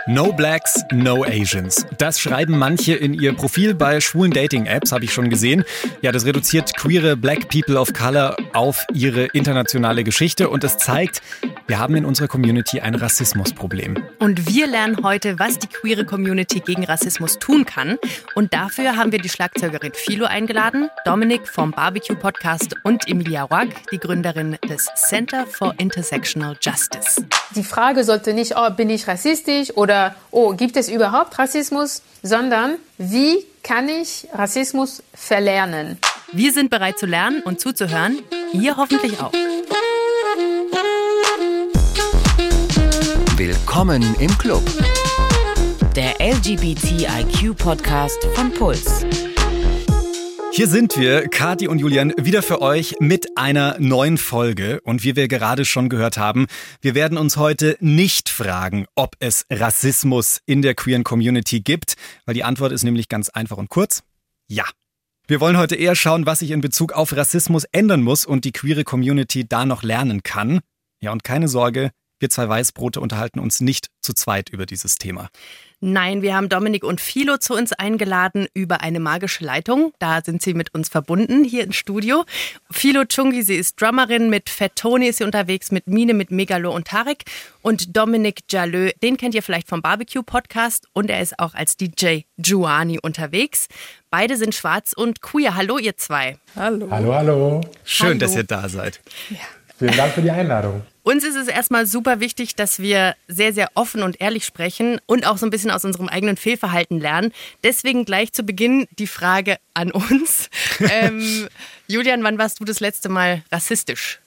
No Blacks, no Asians. Das schreiben manche in ihr Profil bei schwulen Dating-Apps, habe ich schon gesehen. Ja, das reduziert queere Black People of Color auf ihre internationale Geschichte und es zeigt, wir haben in unserer Community ein Rassismusproblem. Und wir lernen heute, was die queere Community gegen Rassismus tun kann. Und dafür haben wir die Schlagzeugerin Philo eingeladen, Dominik vom Barbecue-Podcast und Emilia Roark, die Gründerin des Center for Intersectional Justice. Die Frage sollte nicht, bin ich rassistisch oder gibt es überhaupt Rassismus, sondern wie kann ich Rassismus verlernen? Wir sind bereit zu lernen und zuzuhören, ihr hoffentlich auch. Willkommen im Club. Der LGBTIQ-Podcast von Puls. Hier sind wir, Kathi und Julian, wieder für euch mit einer neuen Folge. Und wie wir gerade schon gehört haben, wir werden uns heute nicht fragen, ob es Rassismus in der queeren Community gibt, weil die Antwort ist nämlich ganz einfach und kurz: ja. Wir wollen heute eher schauen, was sich in Bezug auf Rassismus ändern muss und die queere Community da noch lernen kann. Ja, und keine Sorge, wir zwei Weißbrote unterhalten uns nicht zu zweit über dieses Thema. Nein, wir haben Dominik und Philo zu uns eingeladen über eine magische Leitung. Da sind sie mit uns verbunden, hier im Studio. Philo Chungi, sie ist Drummerin, mit Fat Tony ist sie unterwegs, mit Mine, mit Megalo und Tarek. Und Dominik Jalö, den kennt ihr vielleicht vom Barbecue-Podcast und er ist auch als DJ Juani unterwegs. Beide sind schwarz und queer. Hallo ihr zwei. Hallo. Hallo, hallo. Schön, dass ihr da seid. Ja. Vielen Dank für die Einladung. Uns ist es erstmal super wichtig, dass wir sehr, sehr offen und ehrlich sprechen und auch so ein bisschen aus unserem eigenen Fehlverhalten lernen. Deswegen gleich zu Beginn die Frage an uns. Julian, wann warst du das letzte Mal rassistisch?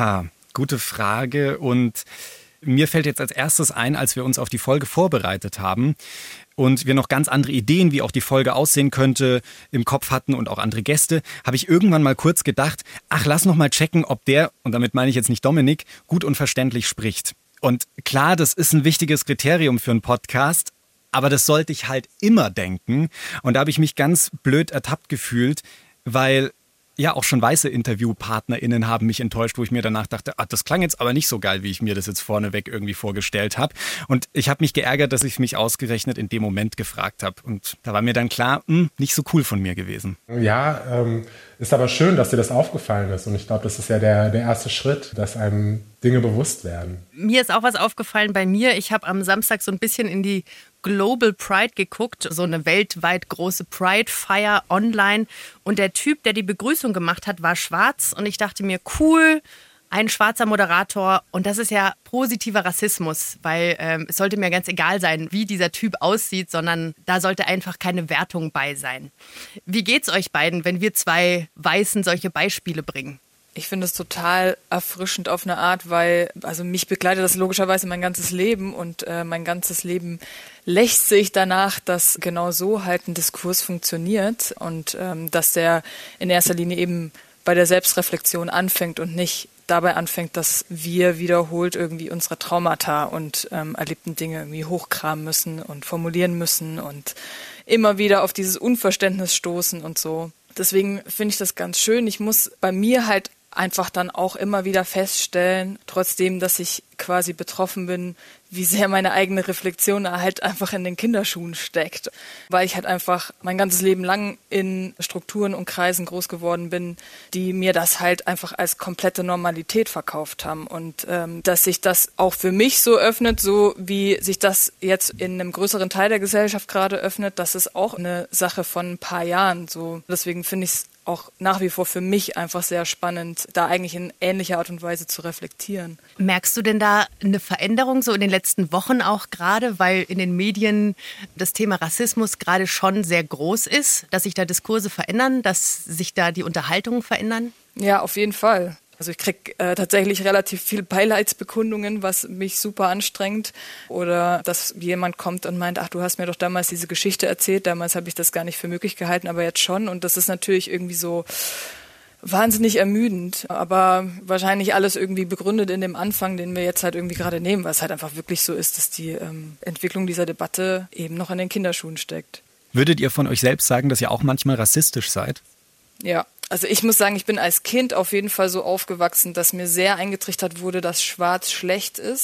Gute Frage. Und mir fällt jetzt als erstes ein, als wir uns auf die Folge vorbereitet haben und wir noch ganz andere Ideen, wie auch die Folge aussehen könnte, im Kopf hatten und auch andere Gäste, habe ich irgendwann mal kurz gedacht, lass noch mal checken, ob der, und damit meine ich jetzt nicht Dominik, gut und verständlich spricht. Und klar, das ist ein wichtiges Kriterium für einen Podcast, aber das sollte ich halt immer denken. Und da habe ich mich ganz blöd ertappt gefühlt, weil ja auch schon weiße InterviewpartnerInnen haben mich enttäuscht, wo ich mir danach dachte, das klang jetzt aber nicht so geil, wie ich mir das jetzt vorneweg irgendwie vorgestellt habe. Und ich habe mich geärgert, dass ich mich ausgerechnet in dem Moment gefragt habe. Und da war mir dann klar, nicht so cool von mir gewesen. Ja, ist aber schön, dass dir das aufgefallen ist. Und ich glaube, das ist ja der erste Schritt, dass einem Dinge bewusst werden. Mir ist auch was aufgefallen bei mir. Ich habe am Samstag so ein bisschen in die Global Pride geguckt, so eine weltweit große Pride-Feier online. Und der Typ, der die Begrüßung gemacht hat, war schwarz. Und ich dachte mir, cool, ein schwarzer Moderator. Und das ist ja positiver Rassismus, weil es sollte mir ganz egal sein, wie dieser Typ aussieht, sondern da sollte einfach keine Wertung bei sein. Wie geht's euch beiden, wenn wir zwei Weißen solche Beispiele bringen? Ich finde es total erfrischend auf eine Art, weil mich begleitet das logischerweise mein ganzes Leben und mein ganzes Leben lechzt sich danach, dass genau so halt ein Diskurs funktioniert und dass der in erster Linie eben bei der Selbstreflexion anfängt und nicht dabei anfängt, dass wir wiederholt irgendwie unsere Traumata und erlebten Dinge irgendwie hochkramen müssen und formulieren müssen und immer wieder auf dieses Unverständnis stoßen und so. Deswegen finde ich das ganz schön. Ich muss bei mir halt einfach dann auch immer wieder feststellen, trotzdem, dass ich quasi betroffen bin, wie sehr meine eigene Reflexion halt einfach in den Kinderschuhen steckt. Weil ich halt einfach mein ganzes Leben lang in Strukturen und Kreisen groß geworden bin, die mir das halt einfach als komplette Normalität verkauft haben. Und dass sich das auch für mich so öffnet, so wie sich das jetzt in einem größeren Teil der Gesellschaft gerade öffnet, das ist auch eine Sache von ein paar Jahren so. Deswegen finde ich es auch nach wie vor für mich einfach sehr spannend, da eigentlich in ähnlicher Art und Weise zu reflektieren. Merkst du denn da eine Veränderung so in den letzten Wochen auch gerade, weil in den Medien das Thema Rassismus gerade schon sehr groß ist, dass sich da Diskurse verändern, dass sich da die Unterhaltungen verändern? Ja, auf jeden Fall. Also ich kriege tatsächlich relativ viel Beileidsbekundungen, was mich super anstrengt. Oder dass jemand kommt und meint, du hast mir doch damals diese Geschichte erzählt, damals habe ich das gar nicht für möglich gehalten, aber jetzt schon. Und das ist natürlich irgendwie so wahnsinnig ermüdend, aber wahrscheinlich alles irgendwie begründet in dem Anfang, den wir jetzt halt irgendwie gerade nehmen, weil es halt einfach wirklich so ist, dass die Entwicklung dieser Debatte eben noch in den Kinderschuhen steckt. Würdet ihr von euch selbst sagen, dass ihr auch manchmal rassistisch seid? Ja, also ich muss sagen, ich bin als Kind auf jeden Fall so aufgewachsen, dass mir sehr eingetrichtert wurde, dass Schwarz schlecht ist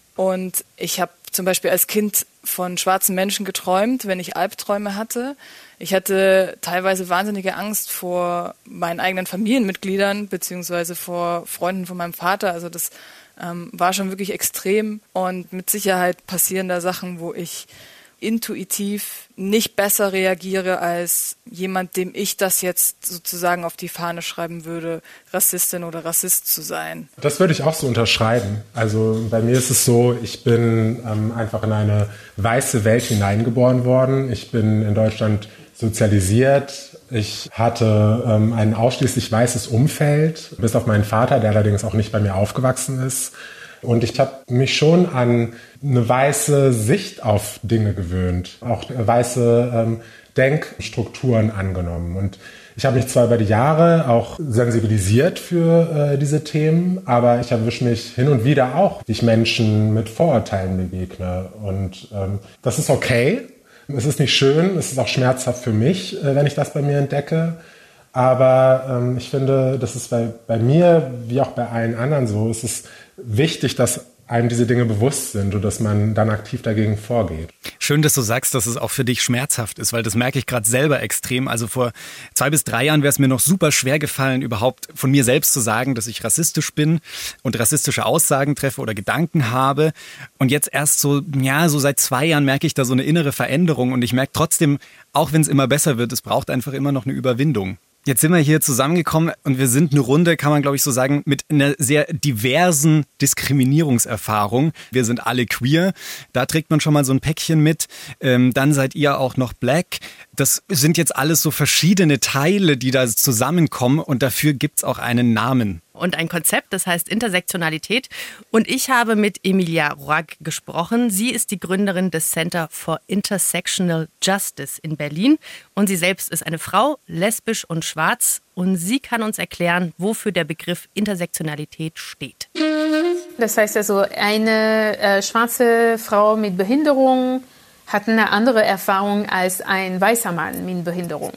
Und ich habe zum Beispiel als Kind von schwarzen Menschen geträumt, wenn ich Albträume hatte. Ich hatte teilweise wahnsinnige Angst vor meinen eigenen Familienmitgliedern beziehungsweise vor Freunden von meinem Vater. Also das war schon wirklich extrem. Und mit Sicherheit passieren da Sachen, wo ich intuitiv nicht besser reagiere als jemand, dem ich das jetzt sozusagen auf die Fahne schreiben würde, Rassistin oder Rassist zu sein. Das würde ich auch so unterschreiben. Also bei mir ist es so, ich bin einfach in eine weiße Welt hineingeboren worden. Ich bin in Deutschland sozialisiert. Ich hatte ein ausschließlich weißes Umfeld, bis auf meinen Vater, der allerdings auch nicht bei mir aufgewachsen ist. Und ich habe mich schon an eine weiße Sicht auf Dinge gewöhnt, auch weiße Denkstrukturen angenommen. Und ich habe mich zwar über die Jahre auch sensibilisiert für diese Themen, aber ich erwische mich hin und wieder auch, wie ich Menschen mit Vorurteilen begegne. Und das ist okay. Es ist nicht schön, es ist auch schmerzhaft für mich, wenn ich das bei mir entdecke. Aber ich finde, das ist bei mir wie auch bei allen anderen so. Es ist wichtig, dass einem diese Dinge bewusst sind und dass man dann aktiv dagegen vorgeht. Schön, dass du sagst, dass es auch für dich schmerzhaft ist, weil das merke ich gerade selber extrem. Also vor 2 bis 3 Jahren wäre es mir noch super schwer gefallen, überhaupt von mir selbst zu sagen, dass ich rassistisch bin und rassistische Aussagen treffe oder Gedanken habe. Und jetzt erst so seit 2 Jahren merke ich da so eine innere Veränderung und ich merke trotzdem, auch wenn es immer besser wird, es braucht einfach immer noch eine Überwindung. Jetzt sind wir hier zusammengekommen und wir sind eine Runde, kann man glaube ich so sagen, mit einer sehr diversen Diskriminierungserfahrung. Wir sind alle queer, da trägt man schon mal so ein Päckchen mit. Dann seid ihr auch noch black. Das sind jetzt alles so verschiedene Teile, die da zusammenkommen und dafür gibt's auch einen Namen. Und ein Konzept, das heißt Intersektionalität. Und ich habe mit Emilia Roark gesprochen. Sie ist die Gründerin des Center for Intersectional Justice in Berlin. Und sie selbst ist eine Frau, lesbisch und schwarz. Und sie kann uns erklären, wofür der Begriff Intersektionalität steht. Das heißt also, eine schwarze Frau mit Behinderung hat eine andere Erfahrung als ein weißer Mann mit Behinderung.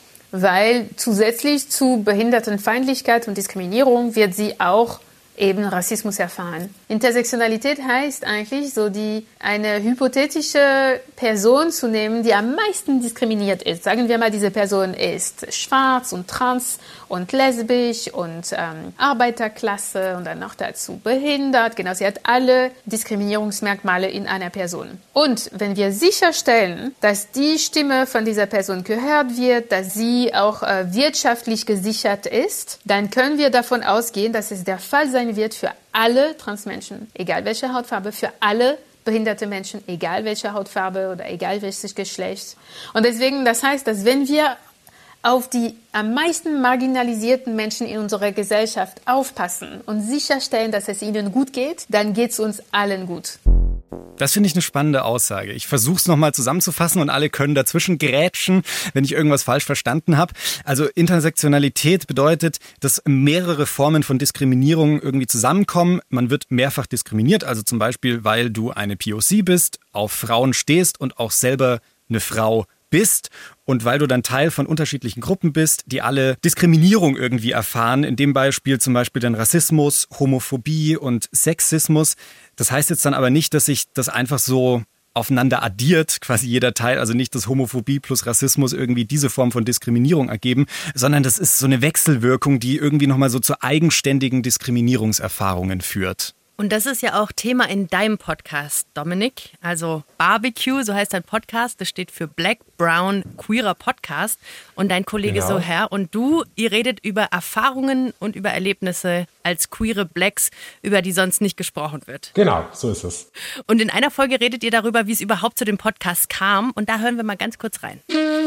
Weil zusätzlich zu Behindertenfeindlichkeit und Diskriminierung wird sie auch eben Rassismus erfahren. Intersektionalität heißt eigentlich so eine hypothetische Person zu nehmen, die am meisten diskriminiert ist. Sagen wir mal, diese Person ist schwarz und trans und lesbisch und Arbeiterklasse und dann noch dazu behindert. Genau, sie hat alle Diskriminierungsmerkmale in einer Person. Und wenn wir sicherstellen, dass die Stimme von dieser Person gehört wird, dass sie auch wirtschaftlich gesichert ist, dann können wir davon ausgehen, dass es der Fall sein wird für alle Transmenschen, egal welche Hautfarbe, für alle behinderte Menschen, egal welche Hautfarbe oder egal welches Geschlecht. Und deswegen, das heißt, dass wenn wir auf die am meisten marginalisierten Menschen in unserer Gesellschaft aufpassen und sicherstellen, dass es ihnen gut geht, dann geht es uns allen gut. Das finde ich eine spannende Aussage. Ich versuche es nochmal zusammenzufassen und alle können dazwischen grätschen, wenn ich irgendwas falsch verstanden habe. Also Intersektionalität bedeutet, dass mehrere Formen von Diskriminierung irgendwie zusammenkommen. Man wird mehrfach diskriminiert, also zum Beispiel, weil du eine POC bist, auf Frauen stehst und auch selber eine Frau bist und weil du dann Teil von unterschiedlichen Gruppen bist, die alle Diskriminierung irgendwie erfahren, in dem Beispiel zum Beispiel dann Rassismus, Homophobie und Sexismus. Das heißt jetzt dann aber nicht, dass sich das einfach so aufeinander addiert, quasi jeder Teil, also nicht, dass Homophobie plus Rassismus irgendwie diese Form von Diskriminierung ergeben, sondern das ist so eine Wechselwirkung, die irgendwie nochmal so zu eigenständigen Diskriminierungserfahrungen führt. Und das ist ja auch Thema in deinem Podcast, Dominik. Also Barbecue, so heißt dein Podcast. Das steht für Black, Brown, Queerer Podcast. Und dein Kollege Genau. Soher und du, ihr redet über Erfahrungen und über Erlebnisse als queere Blacks, über die sonst nicht gesprochen wird. Genau, so ist es. Und in einer Folge redet ihr darüber, wie es überhaupt zu dem Podcast kam. Und da hören wir mal ganz kurz rein.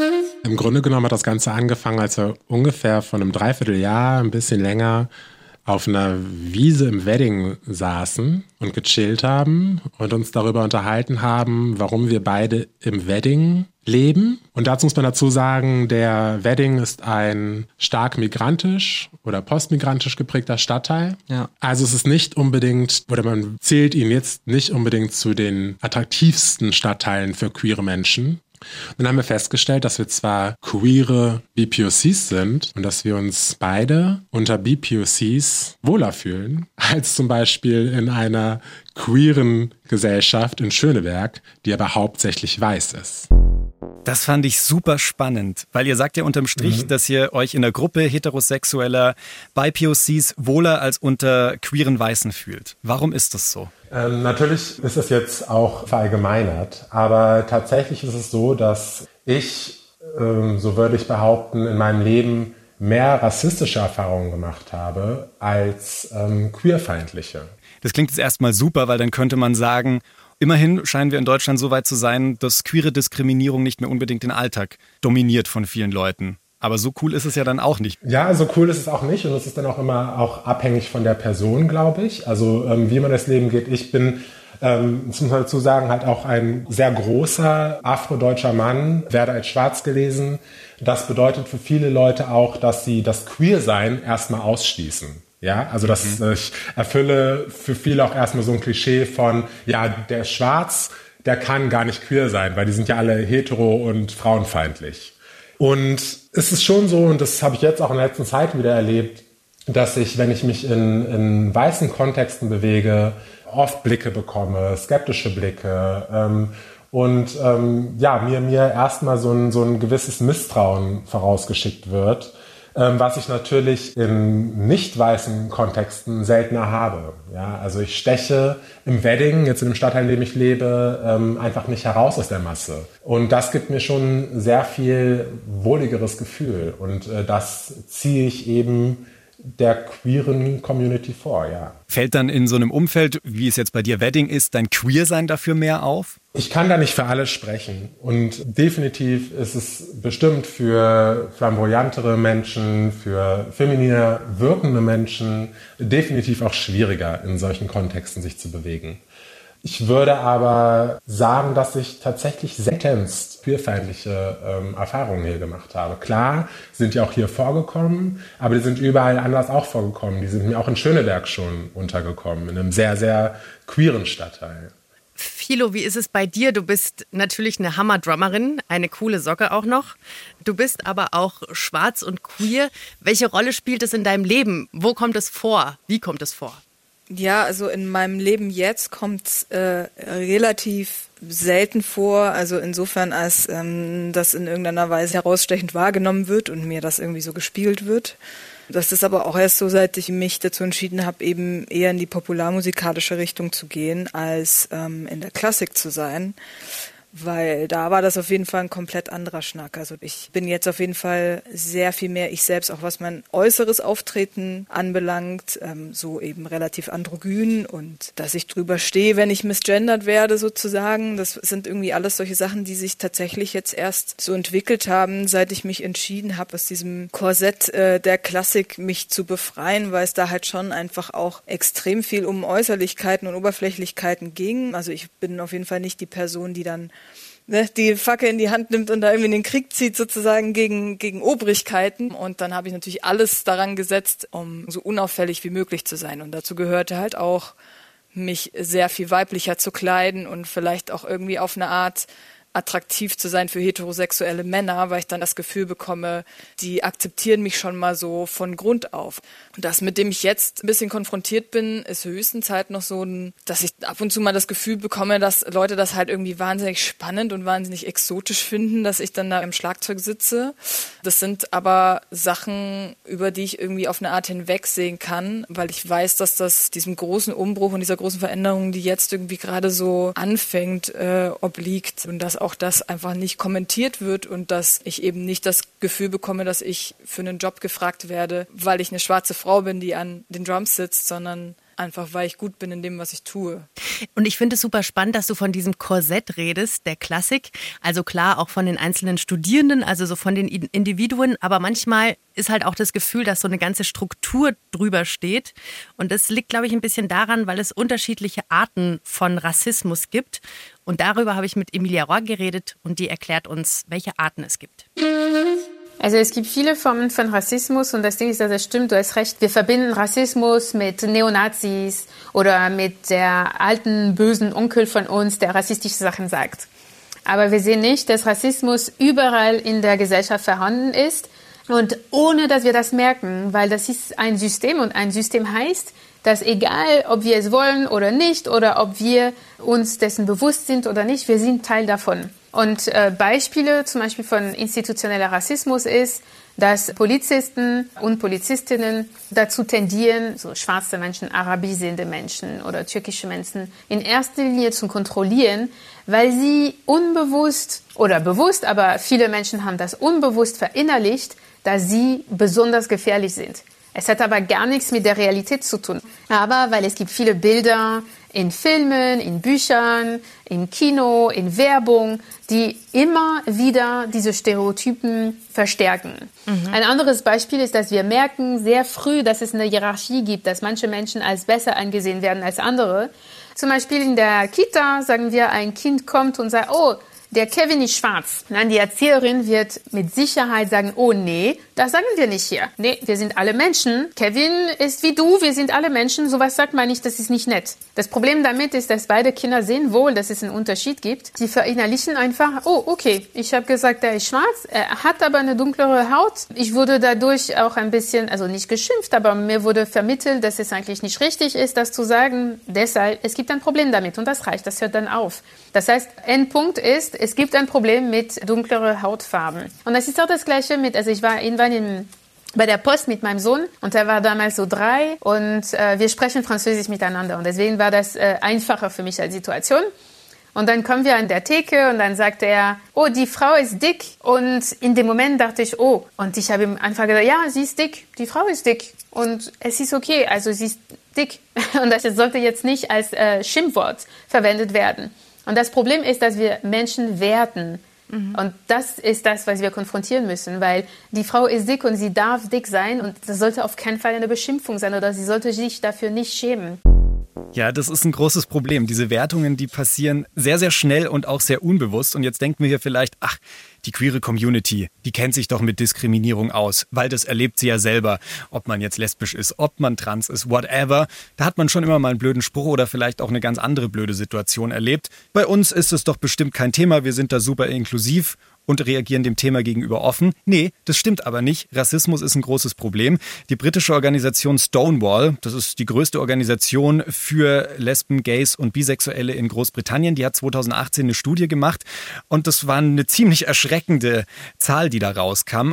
Im Grunde genommen hat das Ganze angefangen, als wir ungefähr von einem Dreivierteljahr, ein bisschen länger, auf einer Wiese im Wedding saßen und gechillt haben und uns darüber unterhalten haben, warum wir beide im Wedding leben. Und dazu muss man dazu sagen, der Wedding ist ein stark migrantisch oder postmigrantisch geprägter Stadtteil. Ja. Also es ist nicht unbedingt, oder man zählt ihn jetzt nicht unbedingt zu den attraktivsten Stadtteilen für queere Menschen. Und dann haben wir festgestellt, dass wir zwar queere BPOCs sind und dass wir uns beide unter BPOCs wohler fühlen, als zum Beispiel in einer queeren Gesellschaft in Schöneberg, die aber hauptsächlich weiß ist. Das fand ich super spannend, weil ihr sagt ja unterm Strich, dass ihr euch in der Gruppe heterosexueller BIPOCs wohler als unter queeren Weißen fühlt. Warum ist das so? Natürlich ist es jetzt auch verallgemeinert, aber tatsächlich ist es so, dass ich, so würde ich behaupten, in meinem Leben mehr rassistische Erfahrungen gemacht habe als queerfeindliche. Das klingt jetzt erstmal super, weil dann könnte man sagen, immerhin scheinen wir in Deutschland so weit zu sein, dass queere Diskriminierung nicht mehr unbedingt den Alltag dominiert von vielen Leuten. Aber so cool ist es ja dann auch nicht. Ja, so cool ist es auch nicht und es ist dann auch immer auch abhängig von der Person, glaube ich. Also wie man das Leben geht. Ich bin, das muss man dazu sagen, halt auch ein sehr großer afrodeutscher Mann, werde als schwarz gelesen. Das bedeutet für viele Leute auch, dass sie das Queersein erstmal ausschließen. Ja, also ich erfülle für viele auch erstmal so ein Klischee von, ja, der ist schwarz, der kann gar nicht queer sein, weil die sind ja alle hetero und frauenfeindlich. Und es ist schon so, und das habe ich jetzt auch in der letzten Zeit wieder erlebt, dass ich, wenn ich mich in weißen Kontexten bewege, oft Blicke bekomme, skeptische Blicke mir erstmal so ein gewisses Misstrauen vorausgeschickt wird, was ich natürlich in nicht weißen Kontexten seltener habe. Ja, also ich steche im Wedding, jetzt in dem Stadtteil, in dem ich lebe, einfach nicht heraus aus der Masse. Und das gibt mir schon sehr viel wohligeres Gefühl. Und das ziehe ich eben der queeren Community vor, ja. Fällt dann in so einem Umfeld, wie es jetzt bei dir Wedding ist, dein Queersein dafür mehr auf? Ich kann da nicht für alle sprechen und definitiv ist es bestimmt für flamboyantere Menschen, für femininer wirkende Menschen definitiv auch schwieriger, in solchen Kontexten sich zu bewegen. Ich würde aber sagen, dass ich tatsächlich seltenst queerfeindliche Erfahrungen hier gemacht habe. Klar sind die auch hier vorgekommen, aber die sind überall anders auch vorgekommen. Die sind mir auch in Schöneberg schon untergekommen, in einem sehr, sehr queeren Stadtteil. Philo, wie ist es bei dir? Du bist natürlich eine Hammer-Drummerin, eine coole Socke auch noch. Du bist aber auch schwarz und queer. Welche Rolle spielt es in deinem Leben? Wo kommt es vor? Wie kommt es vor? Ja, also in meinem Leben jetzt kommt es relativ selten vor, also insofern, als das in irgendeiner Weise herausstechend wahrgenommen wird und mir das irgendwie so gespiegelt wird. Das ist aber auch erst so, seit ich mich dazu entschieden habe, eben eher in die popularmusikalische Richtung zu gehen, als in der Klassik zu sein. Weil da war das auf jeden Fall ein komplett anderer Schnack. Also ich bin jetzt auf jeden Fall sehr viel mehr ich selbst, auch was mein äußeres Auftreten anbelangt, so eben relativ androgyn und dass ich drüber stehe, wenn ich misgendert werde sozusagen. Das sind irgendwie alles solche Sachen, die sich tatsächlich jetzt erst so entwickelt haben, seit ich mich entschieden habe, aus diesem Korsett der Klassik mich zu befreien, weil es da halt schon einfach auch extrem viel um Äußerlichkeiten und Oberflächlichkeiten ging. Also ich bin auf jeden Fall nicht die Person, die dann die Fackel in die Hand nimmt und da irgendwie in den Krieg zieht sozusagen gegen Obrigkeiten. Und dann habe ich natürlich alles daran gesetzt, um so unauffällig wie möglich zu sein. Und dazu gehörte halt auch, mich sehr viel weiblicher zu kleiden und vielleicht auch irgendwie auf eine Art attraktiv zu sein für heterosexuelle Männer, weil ich dann das Gefühl bekomme, die akzeptieren mich schon mal so von Grund auf. Und das, mit dem ich jetzt ein bisschen konfrontiert bin, ist höchstens halt noch so, dass ich ab und zu mal das Gefühl bekomme, dass Leute das halt irgendwie wahnsinnig spannend und wahnsinnig exotisch finden, dass ich dann da im Schlagzeug sitze. Das sind aber Sachen, über die ich irgendwie auf eine Art hinwegsehen kann, weil ich weiß, dass das diesem großen Umbruch und dieser großen Veränderung, die jetzt irgendwie gerade so anfängt, obliegt und dass auch das einfach nicht kommentiert wird und dass ich eben nicht das Gefühl bekomme, dass ich für einen Job gefragt werde, weil ich eine schwarze Frau bin, die an den Drums sitzt, sondern einfach, weil ich gut bin in dem, was ich tue. Und ich finde es super spannend, dass du von diesem Korsett redest, der Klassik. Also klar, auch von den einzelnen Studierenden, also so von den Individuen. Aber manchmal ist halt auch das Gefühl, dass so eine ganze Struktur drüber steht. Und das liegt, glaube ich, ein bisschen daran, weil es unterschiedliche Arten von Rassismus gibt. Und darüber habe ich mit Emilia Rohr geredet und die erklärt uns, welche Arten es gibt. Also es gibt viele Formen von Rassismus und das Ding ist, dass es stimmt, du hast recht. Wir verbinden Rassismus mit Neonazis oder mit der alten, bösen Onkel von uns, der rassistische Sachen sagt. Aber wir sehen nicht, dass Rassismus überall in der Gesellschaft vorhanden ist. Und ohne, dass wir das merken, weil das ist ein System und ein System heißt, dass egal, ob wir es wollen oder nicht oder ob wir uns dessen bewusst sind oder nicht, wir sind Teil davon. Und Beispiele zum Beispiel von institutioneller Rassismus ist, dass Polizisten und Polizistinnen dazu tendieren, so schwarze Menschen, arabisierende Menschen oder türkische Menschen in erster Linie zu kontrollieren, weil sie unbewusst oder bewusst, aber viele Menschen haben das unbewusst verinnerlicht, dass sie besonders gefährlich sind. Es hat aber gar nichts mit der Realität zu tun. Aber weil es gibt viele Bilder in Filmen, in Büchern, im Kino, in Werbung, die immer wieder diese Stereotypen verstärken. Ein anderes Beispiel ist, dass wir merken sehr früh, dass es eine Hierarchie gibt, dass manche Menschen als besser angesehen werden als andere. Zum Beispiel in der Kita sagen wir, ein Kind kommt und sagt, oh, der Kevin ist schwarz. Dann die Erzieherin wird mit Sicherheit sagen, oh nee, das sagen wir nicht hier. Nee, wir sind alle Menschen. Kevin ist wie du, wir sind alle Menschen. Sowas sagt man nicht, das ist nicht nett. Das Problem damit ist, dass beide Kinder sehen wohl, dass es einen Unterschied gibt. Sie verinnerlichen einfach, oh, okay, ich habe gesagt, er ist schwarz, er hat aber eine dunklere Haut. Ich wurde dadurch auch ein bisschen, also nicht geschimpft, aber mir wurde vermittelt, dass es eigentlich nicht richtig ist, das zu sagen. Deshalb, es gibt ein Problem damit und das reicht, das hört dann auf. Das heißt, Endpunkt ist, es gibt ein Problem mit dunkleren Hautfarben. Und das ist auch das Gleiche mit, also ich war irgendwann bei der Post mit meinem Sohn und er war damals so 3 und wir sprechen Französisch miteinander und deswegen war das einfacher für mich als Situation. Und dann kommen wir an der Theke und dann sagt er, oh, die Frau ist dick. Und in dem Moment dachte ich, oh, und ich habe ihm einfach gesagt, ja, sie ist dick, die Frau ist dick und es ist okay, also sie ist dick. Und das sollte jetzt nicht als Schimpfwort verwendet werden. Und das Problem ist, dass wir Menschen werten. Und das ist das, was wir konfrontieren müssen, weil die Frau ist dick und sie darf dick sein und das sollte auf keinen Fall eine Beschimpfung sein oder sie sollte sich dafür nicht schämen. Ja, das ist ein großes Problem. Diese Wertungen, die passieren sehr, sehr schnell und auch sehr unbewusst. Und jetzt denken wir hier vielleicht, ach, die queere Community, die kennt sich doch mit Diskriminierung aus, weil das erlebt sie ja selber, ob man jetzt lesbisch ist, ob man trans ist, whatever. Da hat man schon immer mal einen blöden Spruch oder vielleicht auch eine ganz andere blöde Situation erlebt. Bei uns ist es doch bestimmt kein Thema, wir sind da super inklusiv und reagieren dem Thema gegenüber offen. Nee, das stimmt aber nicht. Rassismus ist ein großes Problem. Die britische Organisation Stonewall, das ist die größte Organisation für Lesben, Gays und Bisexuelle in Großbritannien, die hat 2018 eine Studie gemacht und das war eine ziemlich erschreckende Zahl, die da rauskam.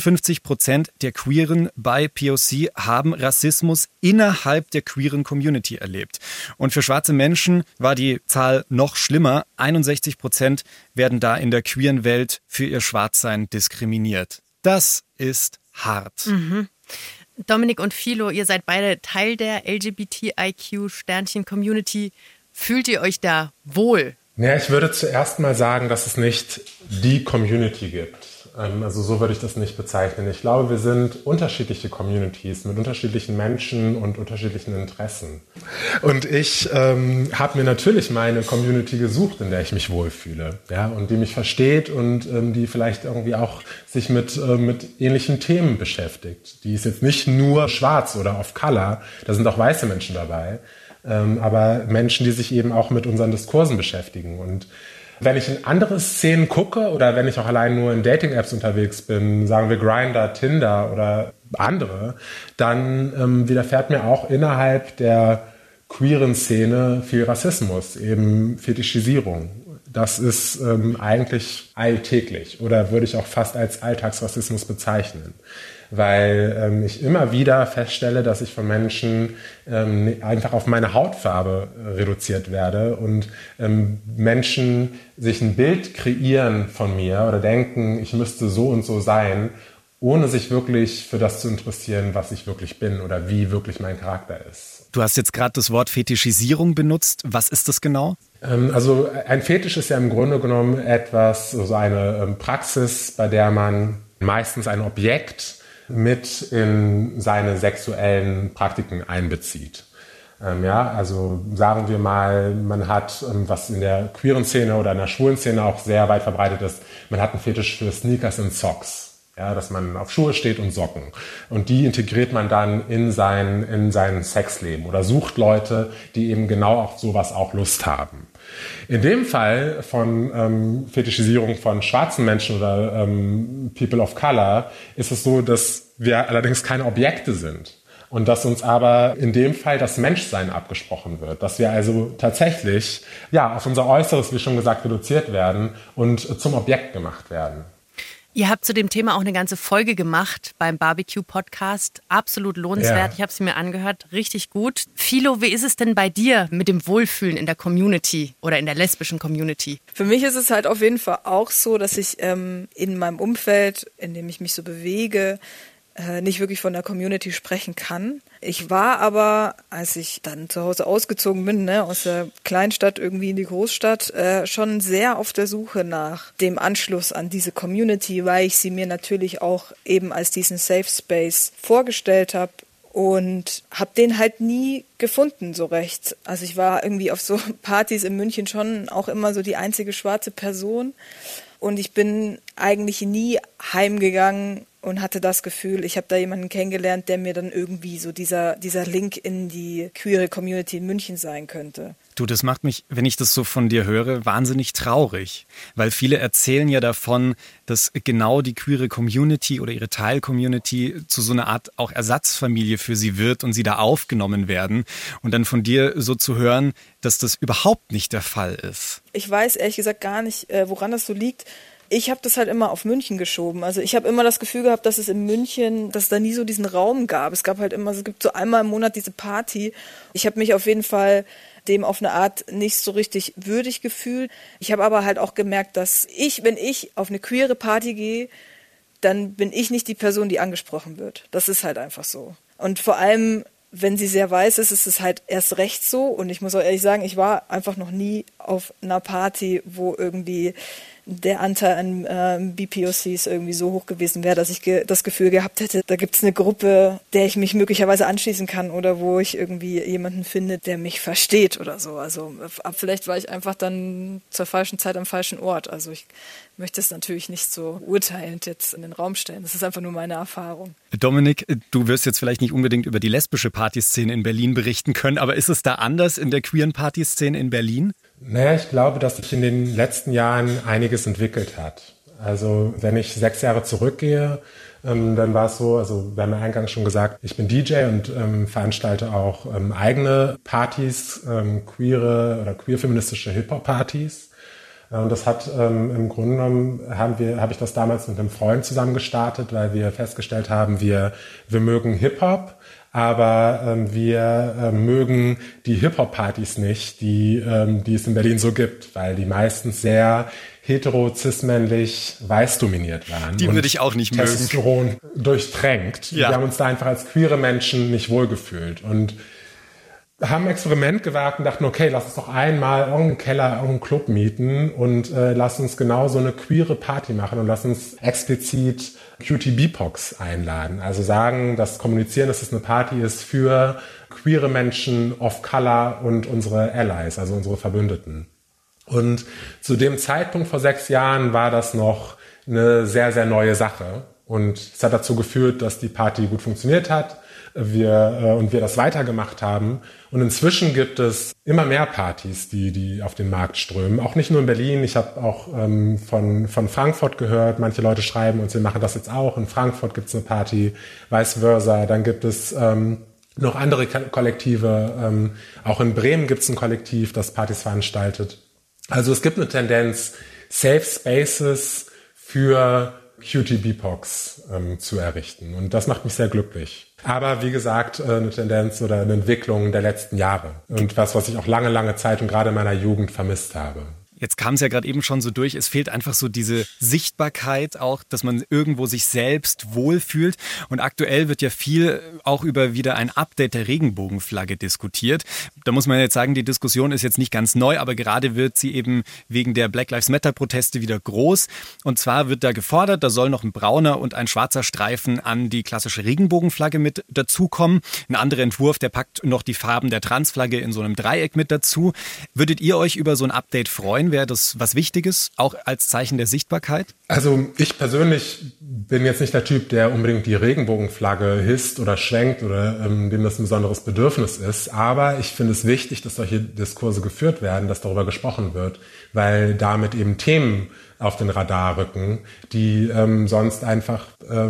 51% der Queeren bei POC haben Rassismus innerhalb der queeren Community erlebt. Und für schwarze Menschen war die Zahl noch schlimmer. 61% werden da in der queeren Welt für ihr Schwarzsein diskriminiert. Das ist hart. Dominik und Philo, ihr seid beide Teil der LGBTIQ-Sternchen-Community. Fühlt ihr euch da wohl? Ja, ich würde zuerst mal sagen, dass es nicht die Community gibt. Also so würde ich das nicht bezeichnen. Ich glaube, wir sind unterschiedliche Communities mit unterschiedlichen Menschen und unterschiedlichen Interessen. Und ich habe mir natürlich meine Community gesucht, in der ich mich wohlfühle, ja, und die mich versteht und die vielleicht irgendwie auch sich mit ähnlichen Themen beschäftigt. Die ist jetzt nicht nur schwarz oder off-color, da sind auch weiße Menschen dabei, aber Menschen, die sich eben auch mit unseren Diskursen beschäftigen. Und wenn ich in andere Szenen gucke oder wenn ich auch allein nur in Dating-Apps unterwegs bin, sagen wir Grindr, Tinder oder andere, dann widerfährt mir auch innerhalb der queeren Szene viel Rassismus, eben Fetischisierung. Das ist eigentlich alltäglich oder würde ich auch fast als Alltagsrassismus bezeichnen. Weil ich immer wieder feststelle, dass ich von Menschen einfach auf meine Hautfarbe reduziert werde und Menschen sich ein Bild kreieren von mir oder denken, ich müsste so und so sein, ohne sich wirklich für das zu interessieren, was ich wirklich bin oder wie wirklich mein Charakter ist. Du hast jetzt gerade das Wort Fetischisierung benutzt. Was ist das genau? Also ein Fetisch ist ja im Grunde genommen etwas, also eine Praxis, bei der man meistens ein Objekt mit in seine sexuellen Praktiken einbezieht. Also sagen wir mal, man hat, was in der queeren Szene oder in der schwulen Szene auch sehr weit verbreitet ist, man hat einen Fetisch für Sneakers und Socks. ja, dass man auf Schuhe steht und Socken. Und die integriert man dann in sein Sexleben oder sucht Leute, die eben genau auf sowas auch Lust haben. In dem Fall von Fetischisierung von schwarzen Menschen oder People of Color ist es so, dass wir allerdings keine Objekte sind. Und dass uns aber in dem Fall das Menschsein abgesprochen wird. Dass wir also tatsächlich auf unser Äußeres, wie schon gesagt, reduziert werden und zum Objekt gemacht werden. Ihr habt zu dem Thema auch eine ganze Folge gemacht beim Barbecue-Podcast. Absolut lohnenswert. Ja. Ich habe sie mir angehört. Richtig gut. Philo, wie ist es denn bei dir mit dem Wohlfühlen in der Community oder in der lesbischen Community? Für mich ist es halt auf jeden Fall auch so, dass ich in meinem Umfeld, in dem ich mich so bewege, nicht wirklich von der Community sprechen kann. Ich war aber, als ich dann zu Hause ausgezogen bin, aus der Kleinstadt irgendwie in die Großstadt, schon sehr auf der Suche nach dem Anschluss an diese Community, weil ich sie mir natürlich auch eben als diesen Safe Space vorgestellt habe und habe den halt nie gefunden so recht. Also ich war irgendwie auf so Partys in München schon auch immer so die einzige schwarze Person und ich bin eigentlich nie heimgegangen und hatte das Gefühl, ich habe da jemanden kennengelernt, der mir dann irgendwie so dieser Link in die queere Community in München sein könnte. Du, das macht mich, wenn ich das so von dir höre, wahnsinnig traurig. Weil viele erzählen ja davon, dass genau die queere Community oder ihre Teil-Community zu so einer Art auch Ersatzfamilie für sie wird und sie da aufgenommen werden. Und dann von dir so zu hören, dass das überhaupt nicht der Fall ist. Ich weiß ehrlich gesagt gar nicht, woran das so liegt. Ich habe das halt immer auf München geschoben. Also ich habe immer das Gefühl gehabt, dass es in München, dass es da nie so diesen Raum gab. Es gibt so einmal im Monat diese Party. Ich habe mich auf jeden Fall dem auf eine Art nicht so richtig würdig gefühlt. Ich habe aber halt auch gemerkt, dass wenn ich auf eine queere Party gehe, dann bin ich nicht die Person, die angesprochen wird. Das ist halt einfach so. Und vor allem, wenn sie sehr weiß ist, ist es halt erst recht so. Und ich muss auch ehrlich sagen, ich war einfach noch nie auf einer Party, wo irgendwie der Anteil an BPOCs irgendwie so hoch gewesen wäre, dass ich das Gefühl gehabt hätte, da gibt es eine Gruppe, der ich mich möglicherweise anschließen kann oder wo ich irgendwie jemanden finde, der mich versteht oder so. Also vielleicht war ich einfach dann zur falschen Zeit am falschen Ort. Also ich möchte es natürlich nicht so urteilend jetzt in den Raum stellen. Das ist einfach nur meine Erfahrung. Dominik, du wirst jetzt vielleicht nicht unbedingt über die lesbische Partyszene in Berlin berichten können, aber ist es da anders in der queeren Partyszene in Berlin? Naja, ich glaube, dass sich in den letzten Jahren einiges entwickelt hat. Also wenn ich 6 Jahre zurückgehe, dann war es so, also wir haben ja eingangs schon gesagt, ich bin DJ und veranstalte auch eigene Partys, queere oder queer-feministische Hip-Hop-Partys. Und das hat im Grunde genommen, habe ich das damals mit einem Freund zusammen gestartet, weil wir festgestellt haben, wir mögen Hip-Hop, aber wir mögen die Hip-Hop-Partys nicht, die es in Berlin so gibt, weil die meistens sehr hetero, cis-männlich, weiß dominiert waren. Die würde ich auch nicht mögen. Testosteron durchtränkt. Ja. Wir haben uns da einfach als queere Menschen nicht wohlgefühlt und haben ein Experiment gewagt und dachten, okay, lass uns doch einmal irgendeinen Keller, irgendeinen Club mieten und lass uns genau so eine queere Party machen und lass uns explizit QT-BIPOX einladen. Also sagen, kommunizieren, dass es eine Party ist für queere Menschen of Color und unsere Allies, also unsere Verbündeten. Und zu dem Zeitpunkt vor 6 Jahren war das noch eine sehr, sehr neue Sache. Und es hat dazu geführt, dass die Party gut funktioniert hat. Wir das weitergemacht haben. Und inzwischen gibt es immer mehr Partys, die auf den Markt strömen. Auch nicht nur in Berlin. Ich habe auch von Frankfurt gehört. Manche Leute schreiben uns, wir machen das jetzt auch. In Frankfurt gibt es eine Party, vice versa. Dann gibt es noch andere Kollektive. Auch in Bremen gibt es ein Kollektiv, das Partys veranstaltet. Also es gibt eine Tendenz, Safe Spaces für QT-BIPOX zu errichten. Und das macht mich sehr glücklich. Aber wie gesagt, eine Tendenz oder eine Entwicklung der letzten Jahre. Und was ich auch lange, lange Zeit und gerade in meiner Jugend vermisst habe. Jetzt kam es ja gerade eben schon so durch, es fehlt einfach so diese Sichtbarkeit auch, dass man irgendwo sich selbst wohlfühlt. Und aktuell wird ja viel auch über wieder ein Update der Regenbogenflagge diskutiert. Da muss man jetzt sagen, die Diskussion ist jetzt nicht ganz neu, aber gerade wird sie eben wegen der Black Lives Matter Proteste wieder groß. Und zwar wird da gefordert, da soll noch ein brauner und ein schwarzer Streifen an die klassische Regenbogenflagge mit dazukommen. Ein anderer Entwurf, der packt noch die Farben der Transflagge in so einem Dreieck mit dazu. Würdet ihr euch über so ein Update freuen? Wäre das was Wichtiges, auch als Zeichen der Sichtbarkeit? Also ich persönlich bin jetzt nicht der Typ, der unbedingt die Regenbogenflagge hisst oder schwenkt oder dem das ein besonderes Bedürfnis ist. Aber ich finde es wichtig, dass solche Diskurse geführt werden, dass darüber gesprochen wird, weil damit eben Themen auf den Radar rücken, die sonst einfach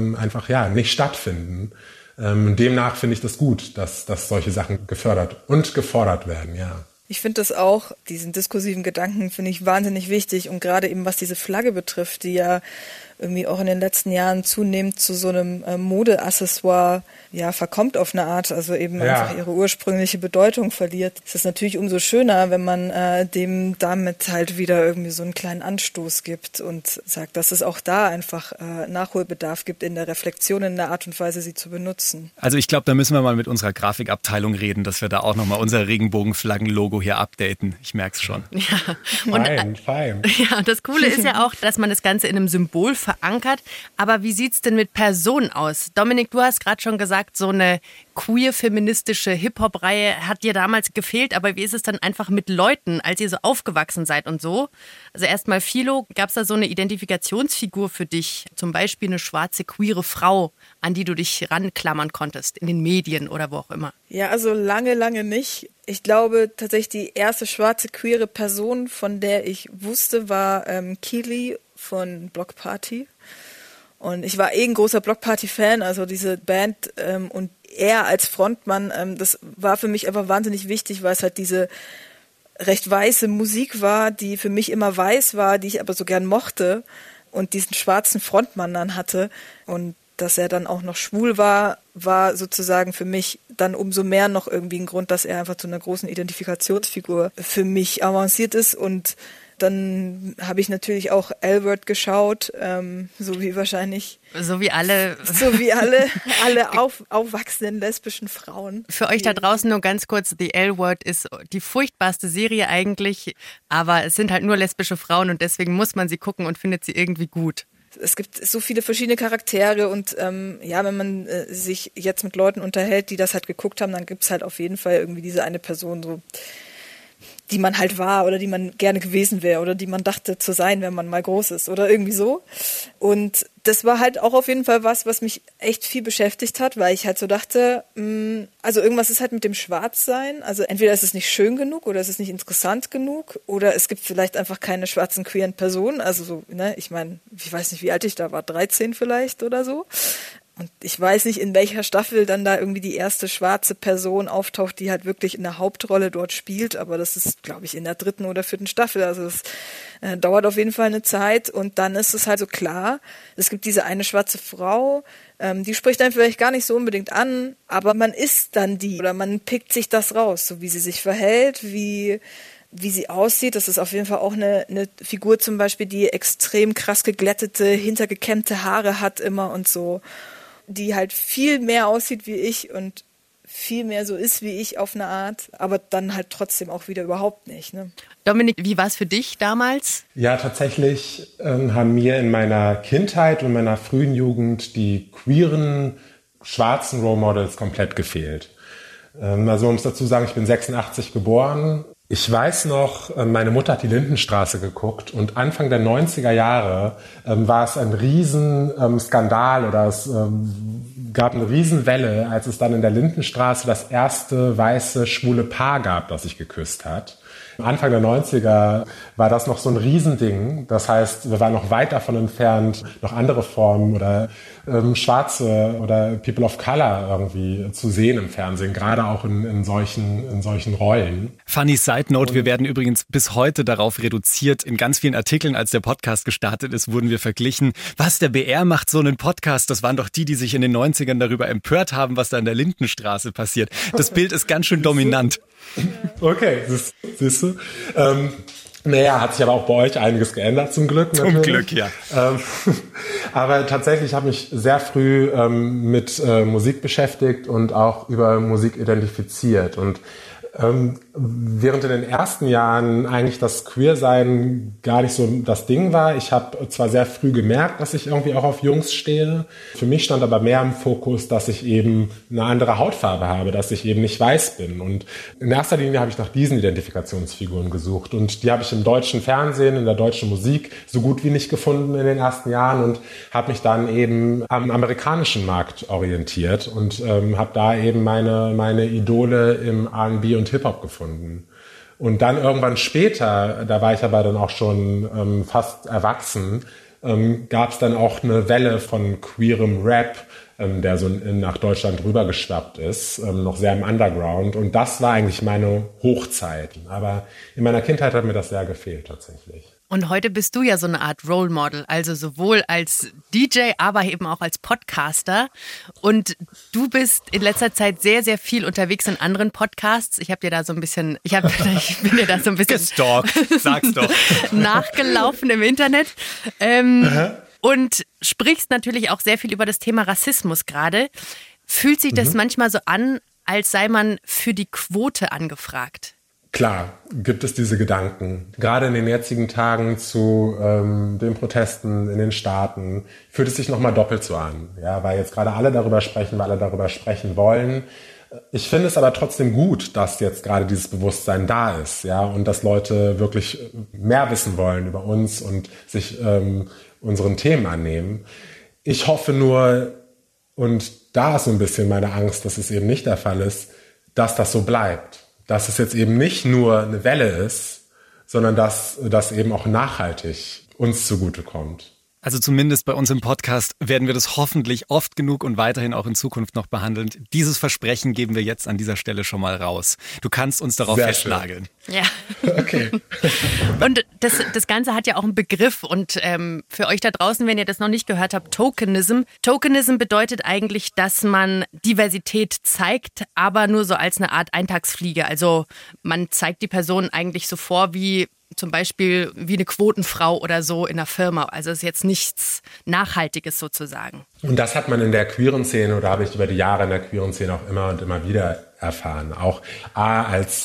nicht stattfinden. Demnach finde ich das gut, dass solche Sachen gefördert und gefordert werden, ja. Ich finde das auch, diesen diskursiven Gedanken finde ich wahnsinnig wichtig und gerade eben was diese Flagge betrifft, die ja irgendwie auch in den letzten Jahren zunehmend zu so einem Modeaccessoire verkommt auf eine Art, also eben einfach ihre ursprüngliche Bedeutung verliert. Es ist natürlich umso schöner, wenn man dem damit halt wieder irgendwie so einen kleinen Anstoß gibt und sagt, dass es auch da einfach Nachholbedarf gibt in der Reflexion, in der Art und Weise, sie zu benutzen. Also ich glaube, da müssen wir mal mit unserer Grafikabteilung reden, dass wir da auch nochmal unser Regenbogenflaggen-Logo hier updaten. Ich merke es schon. Ja. Und, fein. Ja, das Coole ist ja auch, dass man das Ganze in einem Symbol verankert. Aber wie sieht's denn mit Personen aus? Dominik, du hast gerade schon gesagt, so eine queer-feministische Hip-Hop-Reihe hat dir damals gefehlt. Aber wie ist es dann einfach mit Leuten, als ihr so aufgewachsen seid und so? Also erstmal Philo, gab es da so eine Identifikationsfigur für dich? Zum Beispiel eine schwarze, queere Frau, an die du dich ranklammern konntest, in den Medien oder wo auch immer? Ja, also lange, lange nicht. Ich glaube tatsächlich, die erste schwarze, queere Person, von der ich wusste, war Keely von Block Party. Und ich war ein großer Block Party-Fan, also diese Band und er als Frontmann, das war für mich einfach wahnsinnig wichtig, weil es halt diese recht weiße Musik war, die für mich immer weiß war, die ich aber so gern mochte und diesen schwarzen Frontmann dann hatte. Und dass er dann auch noch schwul war, war sozusagen für mich dann umso mehr noch irgendwie ein Grund, dass er einfach zu einer großen Identifikationsfigur für mich avanciert ist. Und dann habe ich natürlich auch L-Word geschaut, so wie alle aufwachsenden lesbischen Frauen. Für euch da draußen nur ganz kurz, The L-Word ist die furchtbarste Serie eigentlich, aber es sind halt nur lesbische Frauen und deswegen muss man sie gucken und findet sie irgendwie gut. Es gibt so viele verschiedene Charaktere und wenn man sich jetzt mit Leuten unterhält, die das halt geguckt haben, dann gibt es halt auf jeden Fall irgendwie diese eine Person, so, die man halt war oder die man gerne gewesen wäre oder die man dachte zu sein, wenn man mal groß ist oder irgendwie so. Und das war halt auch auf jeden Fall was mich echt viel beschäftigt hat, weil ich halt so dachte, also irgendwas ist halt mit dem Schwarzsein. Also entweder ist es nicht schön genug oder ist es nicht interessant genug oder es gibt vielleicht einfach keine schwarzen queeren Personen. Also so, ne, ich meine, ich weiß nicht, wie alt ich da war, 13 vielleicht oder so. Und ich weiß nicht, in welcher Staffel dann da irgendwie die erste schwarze Person auftaucht, die halt wirklich in der Hauptrolle dort spielt. Aber das ist, glaube ich, in der 3. oder 4. Staffel. Also das dauert auf jeden Fall eine Zeit. Und dann ist es halt so klar, es gibt diese eine schwarze Frau, die spricht einen vielleicht gar nicht so unbedingt an, aber man ist dann die oder man pickt sich das raus, so wie sie sich verhält, wie sie aussieht. Das ist auf jeden Fall auch eine Figur zum Beispiel, die extrem krass geglättete, hintergekämmte Haare hat immer und so, die halt viel mehr aussieht wie ich und viel mehr so ist wie ich auf eine Art, aber dann halt trotzdem auch wieder überhaupt nicht. Ne? Dominik, wie war es für dich damals? Ja, tatsächlich haben mir in meiner Kindheit und meiner frühen Jugend die queeren, schwarzen Role Models komplett gefehlt. Also um es dazu zu sagen, ich bin 86 geboren. Ich weiß noch, meine Mutter hat die Lindenstraße geguckt und Anfang der 90er Jahre war es ein Riesenskandal oder es gab eine Riesenwelle, als es dann in der Lindenstraße das erste weiße schwule Paar gab, das sich geküsst hat. Anfang der 90er war das noch so ein Riesending. Das heißt, wir waren noch weit davon entfernt, noch andere Formen oder Schwarze oder People of Color irgendwie zu sehen im Fernsehen, gerade auch in solchen Rollen. Funny Side Note, wir werden übrigens bis heute darauf reduziert. In ganz vielen Artikeln, als der Podcast gestartet ist, wurden wir verglichen. Was, der BR macht so einen Podcast? Das waren doch die sich in den 90ern darüber empört haben, was da in der Lindenstraße passiert. Das Bild ist ganz schön dominant. Okay, siehst du. Hat sich aber auch bei euch einiges geändert, zum Glück. Natürlich. Zum Glück, ja. Aber tatsächlich habe ich mich sehr früh mit Musik beschäftigt und auch über Musik identifiziert. Und während in den ersten Jahren eigentlich das Queersein gar nicht so das Ding war. Ich habe zwar sehr früh gemerkt, dass ich irgendwie auch auf Jungs stehe. Für mich stand aber mehr im Fokus, dass ich eben eine andere Hautfarbe habe, dass ich eben nicht weiß bin. Und in erster Linie habe ich nach diesen Identifikationsfiguren gesucht. Und die habe ich im deutschen Fernsehen, in der deutschen Musik so gut wie nicht gefunden in den ersten Jahren und habe mich dann eben am amerikanischen Markt orientiert und habe da eben meine Idole im R&B und Hip-Hop gefunden. Und dann irgendwann später, da war ich aber dann auch schon fast erwachsen, gab es dann auch eine Welle von queerem Rap, der so nach Deutschland rübergeschwappt ist, noch sehr im Underground. Und das war eigentlich meine Hochzeit. Aber in meiner Kindheit hat mir das sehr gefehlt tatsächlich. Und heute bist du ja so eine Art Role Model, also sowohl als DJ, aber eben auch als Podcaster. Und du bist in letzter Zeit sehr, sehr viel unterwegs in anderen Podcasts. Ich bin dir da so ein bisschen gestalkt, sag's doch. Nachgelaufen im Internet. Und sprichst natürlich auch sehr viel über das Thema Rassismus gerade. Fühlt sich das manchmal so an, als sei man für die Quote angefragt? Klar, gibt es diese Gedanken. Gerade in den jetzigen Tagen zu den Protesten in den Staaten fühlt es sich nochmal doppelt so an. Ja, weil jetzt gerade alle darüber sprechen, weil alle darüber sprechen wollen. Ich finde es aber trotzdem gut, dass jetzt gerade dieses Bewusstsein da ist, ja, und dass Leute wirklich mehr wissen wollen über uns und sich unseren Themen annehmen. Ich hoffe nur, und da ist so ein bisschen meine Angst, dass es eben nicht der Fall ist, dass das so bleibt. Dass es jetzt eben nicht nur eine Welle ist, sondern dass das eben auch nachhaltig uns zugutekommt. Also zumindest bei uns im Podcast werden wir das hoffentlich oft genug und weiterhin auch in Zukunft noch behandeln. Dieses Versprechen geben wir jetzt an dieser Stelle schon mal raus. Du kannst uns darauf festnageln. Ja. Okay. Und das Ganze hat ja auch einen Begriff und für euch da draußen, wenn ihr das noch nicht gehört habt, Tokenism. Tokenism bedeutet eigentlich, dass man Diversität zeigt, aber nur so als eine Art Eintagsfliege. Also man zeigt die Person eigentlich so vor wie zum Beispiel wie eine Quotenfrau oder so in einer Firma. Also es ist jetzt nichts Nachhaltiges sozusagen. Und das hat man in der queeren Szene oder habe ich über die Jahre in der queeren Szene auch immer und immer wieder erfahren. Auch als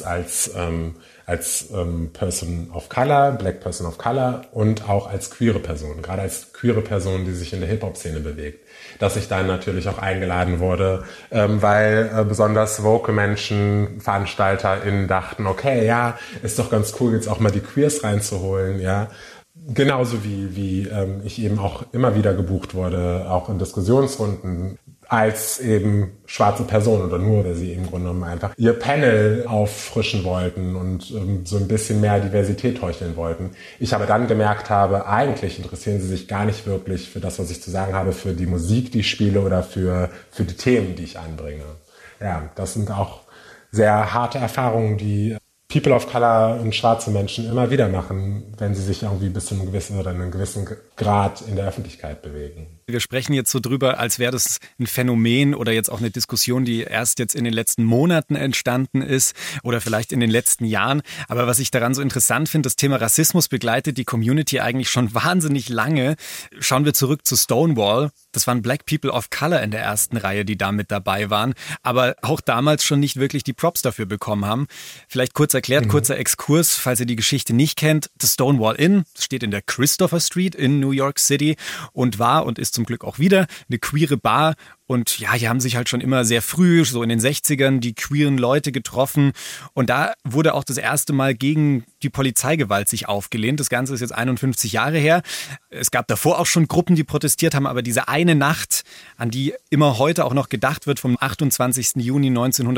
Person of Color, Black Person of Color und auch als queere Person, gerade als queere Person, die sich in der Hip-Hop-Szene bewegt. Dass ich dann natürlich auch eingeladen wurde, weil besonders woke Menschen, VeranstalterInnen dachten, okay, ja, ist doch ganz cool, jetzt auch mal die Queers reinzuholen, ja. Genauso wie ich eben auch immer wieder gebucht wurde, auch in Diskussionsrunden, als eben schwarze Person oder nur, weil sie im Grunde genommen einfach ihr Panel auffrischen wollten und so ein bisschen mehr Diversität heucheln wollten. Ich aber dann gemerkt habe, eigentlich interessieren sie sich gar nicht wirklich für das, was ich zu sagen habe, für die Musik, die ich spiele oder für die Themen, die ich anbringe. Ja, das sind auch sehr harte Erfahrungen, die People of Color und schwarze Menschen immer wieder machen, wenn sie sich irgendwie bis zu einem gewissen oder einem gewissen Grad in der Öffentlichkeit bewegen. Wir sprechen jetzt so drüber, als wäre das ein Phänomen oder jetzt auch eine Diskussion, die erst jetzt in den letzten Monaten entstanden ist oder vielleicht in den letzten Jahren. Aber was ich daran so interessant finde, das Thema Rassismus begleitet die Community eigentlich schon wahnsinnig lange. Schauen wir zurück zu Stonewall. Das waren Black People of Color in der ersten Reihe, die da mit dabei waren, aber auch damals schon nicht wirklich die Props dafür bekommen haben. Vielleicht kurz erklärt, kurzer Exkurs, falls ihr die Geschichte nicht kennt. Das Stonewall Inn steht in der Christopher Street in New York City und war und ist zum Glück auch wieder eine queere Bar. Und ja, hier haben sich halt schon immer sehr früh, so in den 60ern, die queeren Leute getroffen. Und da wurde auch das erste Mal gegen die Polizeigewalt sich aufgelehnt. Das Ganze ist jetzt 51 Jahre her. Es gab davor auch schon Gruppen, die protestiert haben, aber diese eine Nacht, an die immer heute auch noch gedacht wird, vom 28. Juni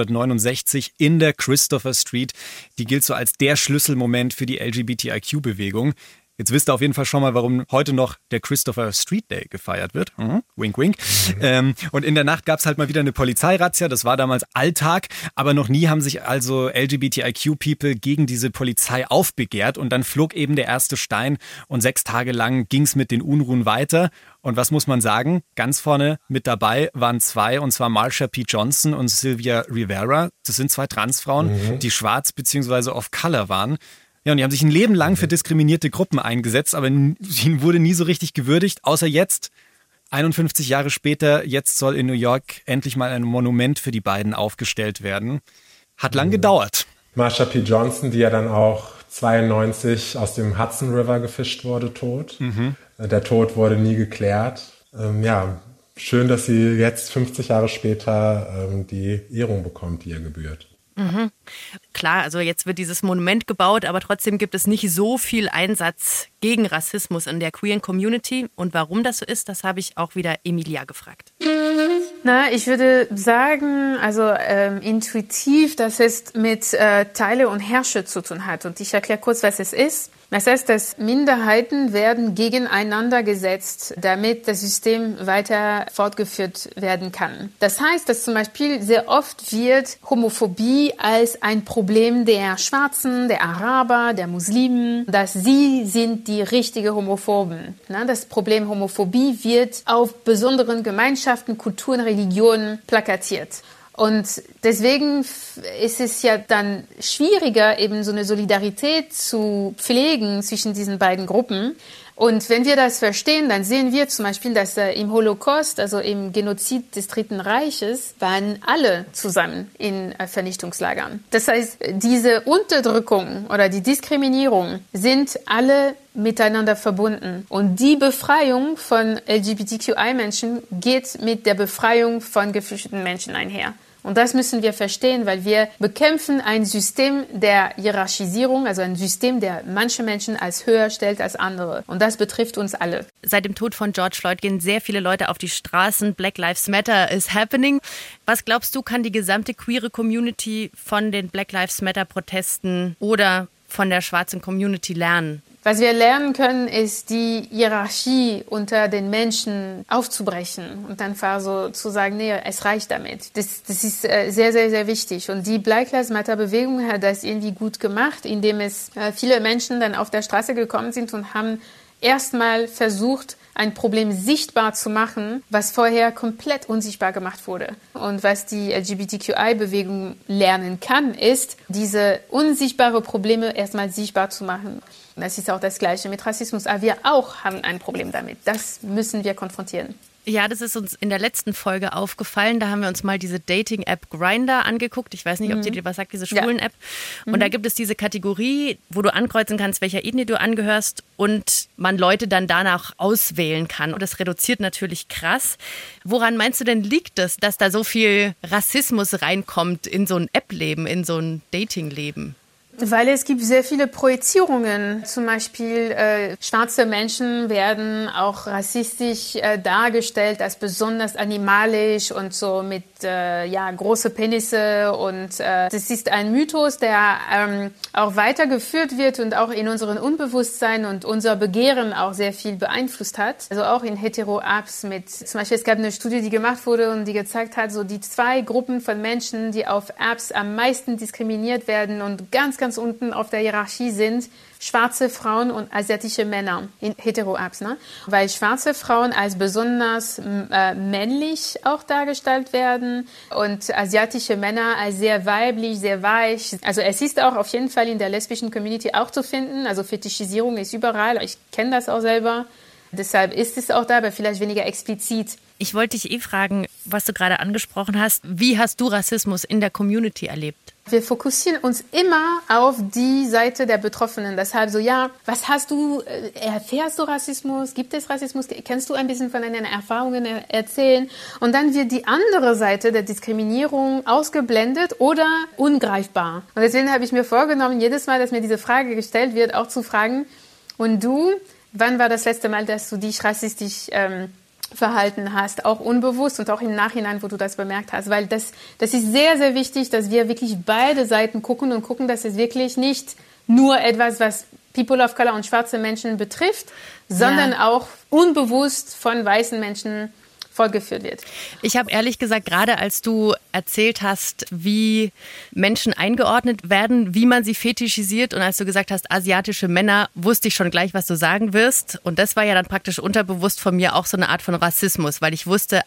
1969 in der Christopher Street, die gilt so als der Schlüsselmoment für die LGBTIQ-Bewegung. Jetzt wisst ihr auf jeden Fall schon mal, warum heute noch der Christopher Street Day gefeiert wird. Wink, wink. Und in der Nacht gab es halt mal wieder eine Polizeirazzia. Das war damals Alltag. Aber noch nie haben sich also LGBTIQ-People gegen diese Polizei aufbegehrt. Und dann flog eben der erste Stein. Und 6 Tage lang ging es mit den Unruhen weiter. Und was muss man sagen? Ganz vorne mit dabei waren 2, und zwar Marsha P. Johnson und Sylvia Rivera. Das sind 2 Transfrauen, die schwarz bzw. of Color waren. Ja, und die haben sich ein Leben lang für diskriminierte Gruppen eingesetzt, aber ihnen wurde nie so richtig gewürdigt, außer jetzt, 51 Jahre später. Jetzt soll in New York endlich mal ein Monument für die beiden aufgestellt werden. Hat lang gedauert. Marsha P. Johnson, die ja dann auch 92 aus dem Hudson River gefischt wurde, tot. Der Tod wurde nie geklärt. Schön, dass sie jetzt 50 Jahre später die Ehrung bekommt, die ihr gebührt. Klar, also jetzt wird dieses Monument gebaut, aber trotzdem gibt es nicht so viel Einsatz gegen Rassismus in der queeren Community. Und warum das so ist, das habe ich auch wieder Emilia gefragt. Ich würde sagen, also intuitiv, dass es mit Teile und Herrsche zu tun hat. Und ich erkläre kurz, was es ist. Das heißt, dass Minderheiten werden gegeneinander gesetzt, damit das System weiter fortgeführt werden kann. Das heißt, dass zum Beispiel sehr oft wird Homophobie als ein Problem der Schwarzen, der Araber, der Muslimen, dass sie sind die richtigen Homophoben. Das Problem Homophobie wird auf besonderen Gemeinschaften, Kulturen, Religionen plakatiert. Und deswegen ist es ja dann schwieriger, eben so eine Solidarität zu pflegen zwischen diesen beiden Gruppen. Und wenn wir das verstehen, dann sehen wir zum Beispiel, dass im Holocaust, also im Genozid des Dritten Reiches, waren alle zusammen in Vernichtungslagern. Das heißt, diese Unterdrückung oder die Diskriminierung sind alle miteinander verbunden. Und die Befreiung von LGBTQI-Menschen geht mit der Befreiung von geflüchteten Menschen einher. Und das müssen wir verstehen, weil wir bekämpfen ein System der Hierarchisierung, also ein System, der manche Menschen als höher stellt als andere. Und das betrifft uns alle. Seit dem Tod von George Floyd gehen sehr viele Leute auf die Straßen. Black Lives Matter is happening. Was glaubst du, kann die gesamte queere Community von den Black Lives Matter Protesten oder von der schwarzen Community lernen? Was wir lernen können, ist die Hierarchie unter den Menschen aufzubrechen und einfach so zu sagen, nee, es reicht damit. Das ist sehr, sehr, sehr wichtig. Und die Black Lives Matter Bewegung hat das irgendwie gut gemacht, indem es viele Menschen dann auf der Straße gekommen sind und haben erstmal versucht, ein Problem sichtbar zu machen, was vorher komplett unsichtbar gemacht wurde. Und was die LGBTQI-Bewegung lernen kann, ist, diese unsichtbaren Probleme erstmal sichtbar zu machen. Das ist auch das Gleiche mit Rassismus. Aber wir auch haben ein Problem damit. Das müssen wir konfrontieren. Ja, das ist uns in der letzten Folge aufgefallen. Da haben wir uns mal diese Dating-App Grindr angeguckt. Ich weiß nicht, ob dir was sagt, diese Schwulen-App. Und da gibt es diese Kategorie, wo du ankreuzen kannst, welcher Ethnie du angehörst und man Leute dann danach auswählen kann. Und das reduziert natürlich krass. Woran meinst du denn, liegt es, dass da so viel Rassismus reinkommt in so ein App-Leben, in so ein Dating-Leben? Weil es gibt sehr viele Projizierungen. Zum Beispiel schwarze Menschen werden auch rassistisch dargestellt als besonders animalisch und so mit große Penisse. Und das ist ein Mythos, der auch weitergeführt wird und auch in unserem Unbewusstsein und unser Begehren auch sehr viel beeinflusst hat. Also auch in Hetero-Apps mit, zum Beispiel es gab eine Studie, die gemacht wurde und die gezeigt hat, so die 2 Gruppen von Menschen, die auf Apps am meisten diskriminiert werden und ganz unten auf der Hierarchie sind, schwarze Frauen und asiatische Männer in Hetero-Apps, ne? Weil schwarze Frauen als besonders männlich auch dargestellt werden und asiatische Männer als sehr weiblich, sehr weich. Also es ist auch auf jeden Fall in der lesbischen Community auch zu finden. Also Fetischisierung ist überall. Ich kenne das auch selber. Deshalb ist es auch da, aber vielleicht weniger explizit. Ich wollte dich fragen, was du gerade angesprochen hast. Wie hast du Rassismus in der Community erlebt? Wir fokussieren uns immer auf die Seite der Betroffenen. Deshalb so, was hast du, erfährst du Rassismus? Gibt es Rassismus? Kannst du ein bisschen von deinen Erfahrungen erzählen? Und dann wird die andere Seite der Diskriminierung ausgeblendet oder ungreifbar. Und deswegen habe ich mir vorgenommen, jedes Mal, dass mir diese Frage gestellt wird, auch zu fragen, und du, wann war das letzte Mal, dass du dich rassistisch verhalten hast, auch unbewusst und auch im Nachhinein, wo du das bemerkt hast, weil das ist sehr, sehr wichtig, dass wir wirklich beide Seiten gucken und gucken, dass es wirklich nicht nur etwas, was People of Color und schwarze Menschen betrifft, sondern auch unbewusst von weißen Menschen fortgeführt wird. Ich habe ehrlich gesagt, gerade als du erzählt hast, wie Menschen eingeordnet werden, wie man sie fetischisiert und als du gesagt hast, asiatische Männer, wusste ich schon gleich, was du sagen wirst. Und das war ja dann praktisch unterbewusst von mir auch so eine Art von Rassismus, weil ich wusste,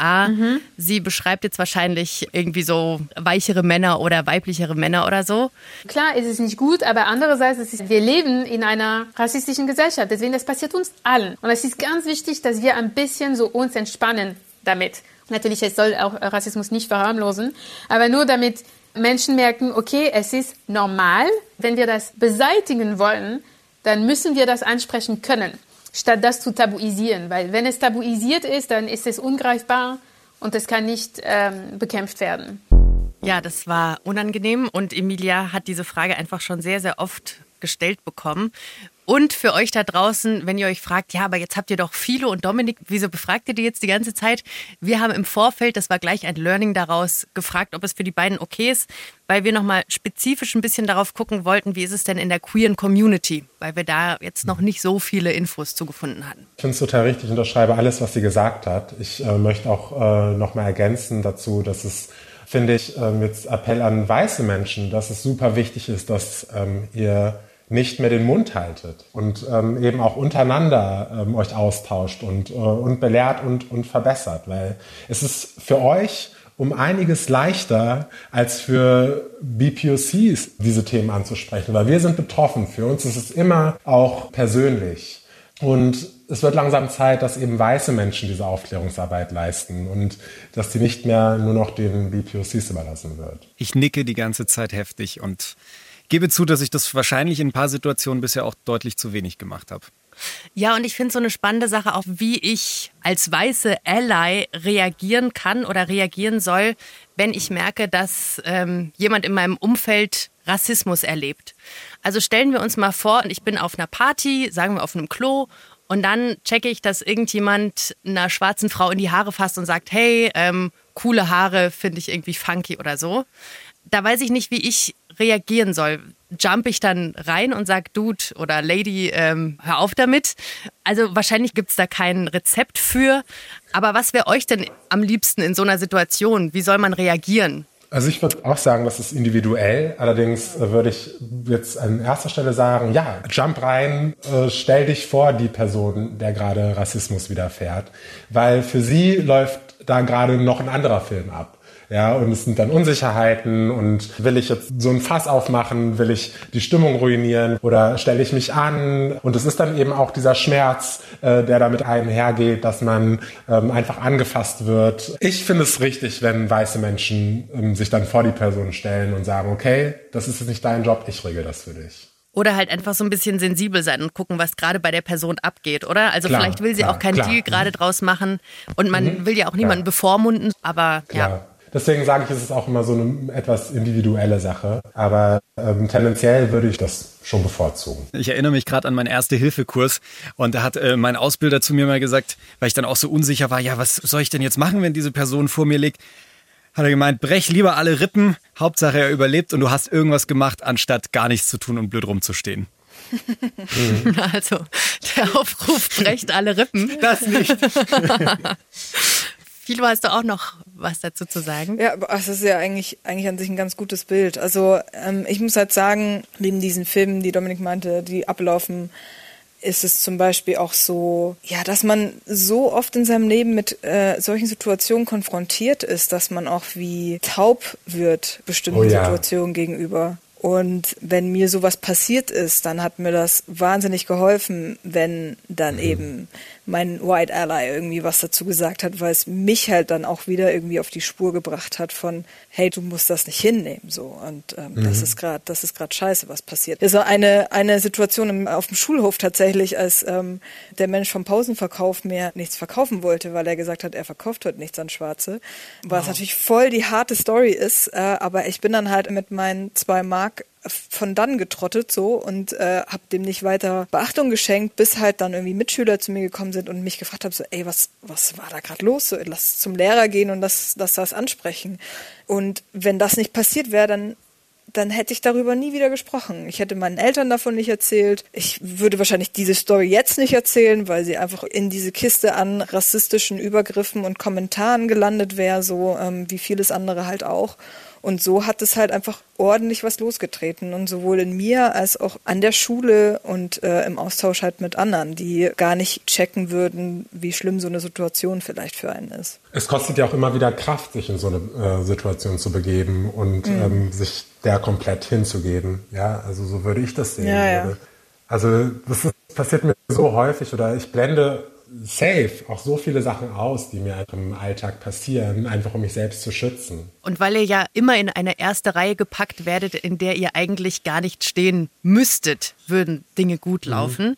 sie beschreibt jetzt wahrscheinlich irgendwie so weichere Männer oder weiblichere Männer oder so. Klar ist es nicht gut, aber andererseits, wir leben in einer rassistischen Gesellschaft, deswegen das passiert uns allen. Und es ist ganz wichtig, dass wir ein bisschen so uns entspannen damit. Natürlich, es soll auch Rassismus nicht verharmlosen, aber nur damit Menschen merken, okay, es ist normal. Wenn wir das beseitigen wollen, dann müssen wir das ansprechen können, statt das zu tabuisieren. Weil wenn es tabuisiert ist, dann ist es ungreifbar und es kann nicht bekämpft werden. Ja, das war unangenehm und Emilia hat diese Frage einfach schon sehr, sehr oft gestellt bekommen. Und für euch da draußen, wenn ihr euch fragt, ja, aber jetzt habt ihr doch Philo und Dominik, wieso befragt ihr die jetzt die ganze Zeit? Wir haben im Vorfeld, das war gleich ein Learning daraus, gefragt, ob es für die beiden okay ist, weil wir nochmal spezifisch ein bisschen darauf gucken wollten, wie ist es denn in der queeren Community, weil wir da jetzt noch nicht so viele Infos zugefunden hatten. Ich finde es total richtig, ich unterschreibe alles, was sie gesagt hat. Ich möchte auch nochmal ergänzen dazu, dass es, finde ich, jetzt Appell an weiße Menschen, dass es super wichtig ist, dass ihr nicht mehr den Mund haltet und eben auch untereinander euch austauscht und belehrt und verbessert, weil es ist für euch um einiges leichter als für BPOCs diese Themen anzusprechen, weil wir sind betroffen. Für uns ist es immer auch persönlich. Und es wird langsam Zeit, dass eben weiße Menschen diese Aufklärungsarbeit leisten und dass die nicht mehr nur noch den BPOCs überlassen wird. Ich nicke die ganze Zeit heftig und gebe zu, dass ich das wahrscheinlich in ein paar Situationen bisher auch deutlich zu wenig gemacht habe. Ja, und ich finde so eine spannende Sache auch, wie ich als weiße Ally reagieren kann oder reagieren soll, wenn ich merke, dass jemand in meinem Umfeld Rassismus erlebt. Also stellen wir uns mal vor, ich bin auf einer Party, sagen wir auf einem Klo, und dann checke ich, dass irgendjemand einer schwarzen Frau in die Haare fasst und sagt, hey, coole Haare, finde ich irgendwie funky oder so. Da weiß ich nicht, wie ich reagieren soll. Jump ich dann rein und sage, Dude oder Lady, hör auf damit. Also wahrscheinlich gibt es da kein Rezept für. Aber was wäre euch denn am liebsten in so einer Situation? Wie soll man reagieren? Also ich würde auch sagen, das ist individuell. Allerdings würde ich jetzt an erster Stelle sagen, ja, jump rein, stell dich vor die Person, der gerade Rassismus widerfährt. Weil für sie läuft da gerade noch ein anderer Film ab. Ja, und es sind dann Unsicherheiten und will ich jetzt so ein Fass aufmachen, will ich die Stimmung ruinieren oder stelle ich mich an? Und es ist dann eben auch dieser Schmerz, der damit einhergeht, dass man einfach angefasst wird. Ich finde es richtig, wenn weiße Menschen sich dann vor die Person stellen und sagen, okay, das ist jetzt nicht dein Job, ich regel das für dich. Oder halt einfach so ein bisschen sensibel sein und gucken, was gerade bei der Person abgeht, oder? Also klar, vielleicht will sie auch keinen Deal gerade draus machen und man will ja auch niemanden bevormunden, aber ja. Deswegen sage ich, es ist auch immer so eine etwas individuelle Sache. Aber tendenziell würde ich das schon bevorzugen. Ich erinnere mich gerade an meinen Erste-Hilfe-Kurs und da hat mein Ausbilder zu mir mal gesagt, weil ich dann auch so unsicher war, ja, was soll ich denn jetzt machen, wenn diese Person vor mir liegt? Hat er gemeint, brech lieber alle Rippen, Hauptsache er überlebt und du hast irgendwas gemacht, anstatt gar nichts zu tun und blöd rumzustehen. Also, der Aufruf, brecht alle Rippen. Das nicht. Philo, hast du auch noch was dazu zu sagen? Ja, das ist ja eigentlich an sich ein ganz gutes Bild. Also ich muss halt sagen, neben diesen Filmen, die Dominik meinte, die ablaufen, ist es zum Beispiel auch so, ja, dass man so oft in seinem Leben mit solchen Situationen konfrontiert ist, dass man auch wie taub wird bestimmten Situationen gegenüber. Und wenn mir sowas passiert ist, dann hat mir das wahnsinnig geholfen, wenn dann eben mein White Ally irgendwie was dazu gesagt hat, weil es mich halt dann auch wieder irgendwie auf die Spur gebracht hat von, hey, du musst das nicht hinnehmen, so. Und das ist gerade scheiße, was passiert. Es war eine Situation auf dem Schulhof tatsächlich, als der Mensch vom Pausenverkauf mir nichts verkaufen wollte, weil er gesagt hat, er verkauft heute nichts an Schwarze. Was natürlich voll die harte Story ist, aber ich bin dann halt mit meinen 2 Mark von dann getrottet so und habe dem nicht weiter Beachtung geschenkt, bis halt dann irgendwie Mitschüler zu mir gekommen sind und mich gefragt haben, so, ey, was war da gerade los? So, lass zum Lehrer gehen und das ansprechen. Und wenn das nicht passiert wäre, dann hätte ich darüber nie wieder gesprochen. Ich hätte meinen Eltern davon nicht erzählt. Ich würde wahrscheinlich diese Story jetzt nicht erzählen, weil sie einfach in diese Kiste an rassistischen Übergriffen und Kommentaren gelandet wäre, so wie vieles andere halt auch. Und so hat es halt einfach ordentlich was losgetreten und sowohl in mir als auch an der Schule und im Austausch halt mit anderen, die gar nicht checken würden, wie schlimm so eine Situation vielleicht für einen ist. Es kostet ja auch immer wieder Kraft, sich in so eine Situation zu begeben und sich der komplett hinzugeben. Ja, also so würde ich das sehen. Ja. Also das passiert mir so häufig oder ich blende safe auch so viele Sachen aus, die mir im Alltag passieren, einfach um mich selbst zu schützen. Und weil ihr ja immer in eine erste Reihe gepackt werdet, in der ihr eigentlich gar nicht stehen müsstet, würden Dinge gut laufen.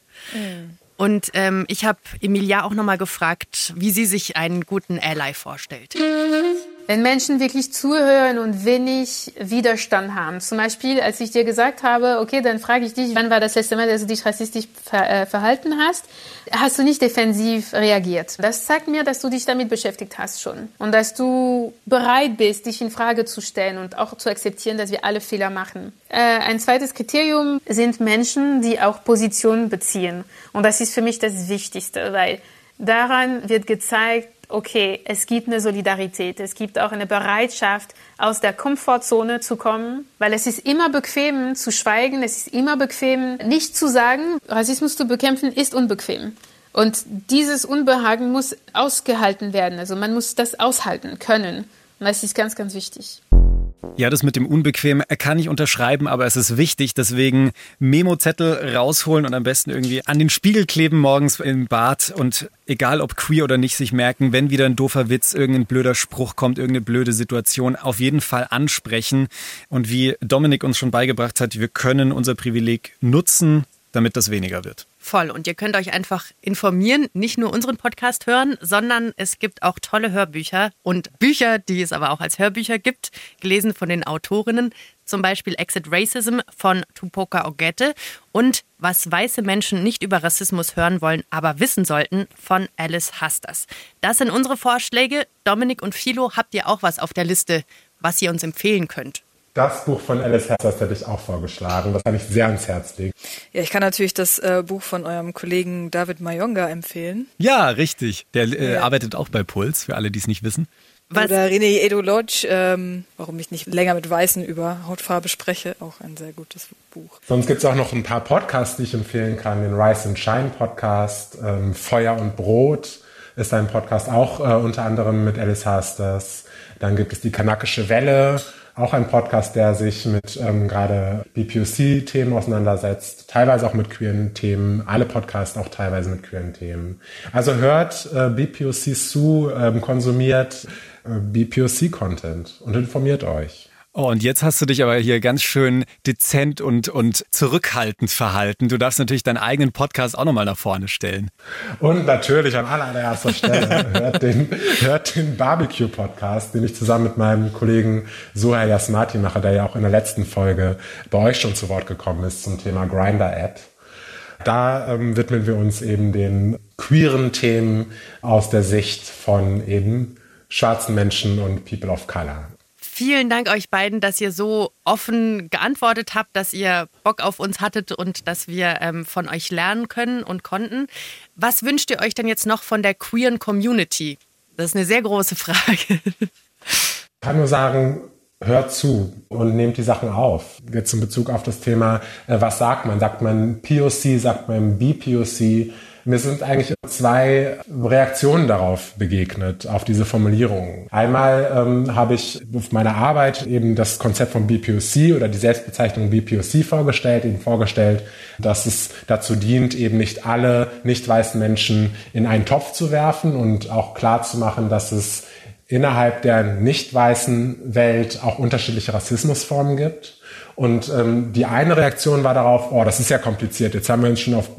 Und ich habe Emilia auch nochmal gefragt, wie sie sich einen guten Ally vorstellt. Wenn Menschen wirklich zuhören und wenig Widerstand haben. Zum Beispiel, als ich dir gesagt habe, okay, dann frage ich dich, wann war das letzte Mal, dass du dich rassistisch verhalten hast? Hast du nicht defensiv reagiert. Das zeigt mir, dass du dich damit beschäftigt hast schon. Und dass du bereit bist, dich in Frage zu stellen und auch zu akzeptieren, dass wir alle Fehler machen. Ein zweites Kriterium sind Menschen, die auch Positionen beziehen. Und das ist für mich das Wichtigste, weil daran wird gezeigt, okay, es gibt eine Solidarität, es gibt auch eine Bereitschaft, aus der Komfortzone zu kommen, weil es ist immer bequem zu schweigen, es ist immer bequem, nicht zu sagen, Rassismus zu bekämpfen ist unbequem. Und dieses Unbehagen muss ausgehalten werden, also man muss das aushalten können. Und das ist ganz, ganz wichtig. Ja, das mit dem Unbequem kann ich unterschreiben, aber es ist wichtig, deswegen Memozettel rausholen und am besten irgendwie an den Spiegel kleben morgens im Bad und egal ob queer oder nicht, sich merken, wenn wieder ein doofer Witz, irgendein blöder Spruch kommt, irgendeine blöde Situation, auf jeden Fall ansprechen. Und wie Dominik uns schon beigebracht hat, wir können unser Privileg nutzen, damit das weniger wird. Voll. Und ihr könnt euch einfach informieren, nicht nur unseren Podcast hören, sondern es gibt auch tolle Hörbücher und Bücher, die es aber auch als Hörbücher gibt, gelesen von den Autorinnen, zum Beispiel Exit Racism von Tupoka Ogette und Was weiße Menschen nicht über Rassismus hören wollen, aber wissen sollten von Alice Hasters. Das sind unsere Vorschläge. Dominik und Philo, habt ihr auch was auf der Liste, was ihr uns empfehlen könnt? Das Buch von Alice Hasters hätte ich auch vorgeschlagen. Das kann ich sehr ans Herz legen. Ja, ich kann natürlich das Buch von eurem Kollegen David Mayonga empfehlen. Ja, richtig. Der arbeitet auch bei Puls, für alle, die es nicht wissen. Oder René Edo-Lodge, warum ich nicht länger mit Weißen über Hautfarbe spreche, auch ein sehr gutes Buch. Sonst gibt es auch noch ein paar Podcasts, die ich empfehlen kann. Den Rise and Shine Podcast, Feuer und Brot ist ein Podcast, auch unter anderem mit Alice Hasters. Dann gibt es die Kanakische Welle, auch ein Podcast, der sich mit gerade BPOC-Themen auseinandersetzt, teilweise auch mit queeren Themen, alle Podcasts auch teilweise mit queeren Themen. Also hört BPOC zu, konsumiert BPOC-Content und informiert euch. Oh, und jetzt hast du dich aber hier ganz schön dezent und zurückhaltend verhalten. Du darfst natürlich deinen eigenen Podcast auch nochmal nach vorne stellen. Und natürlich an allererster Stelle hört den Barbecue-Podcast, den ich zusammen mit meinem Kollegen Suhail Yasmati mache, der ja auch in der letzten Folge bei euch schon zu Wort gekommen ist zum Thema Grindr-App. Da widmen wir uns eben den queeren Themen aus der Sicht von eben schwarzen Menschen und People of Color. Vielen Dank euch beiden, dass ihr so offen geantwortet habt, dass ihr Bock auf uns hattet und dass wir von euch lernen können und konnten. Was wünscht ihr euch denn jetzt noch von der queeren Community? Das ist eine sehr große Frage. Ich kann nur sagen, hört zu und nehmt die Sachen auf. Jetzt in Bezug auf das Thema, was sagt man? Sagt man POC, sagt man BPOC? Mir sind eigentlich zwei Reaktionen darauf begegnet, auf diese Formulierung. Einmal habe ich auf meiner Arbeit eben das Konzept von BPOC oder die Selbstbezeichnung BPOC vorgestellt, dass es dazu dient, eben nicht alle nicht weißen Menschen in einen Topf zu werfen und auch klar zu machen, dass es innerhalb der nicht weißen Welt auch unterschiedliche Rassismusformen gibt. Und die eine Reaktion war darauf, oh, das ist ja kompliziert, jetzt haben wir uns schon auf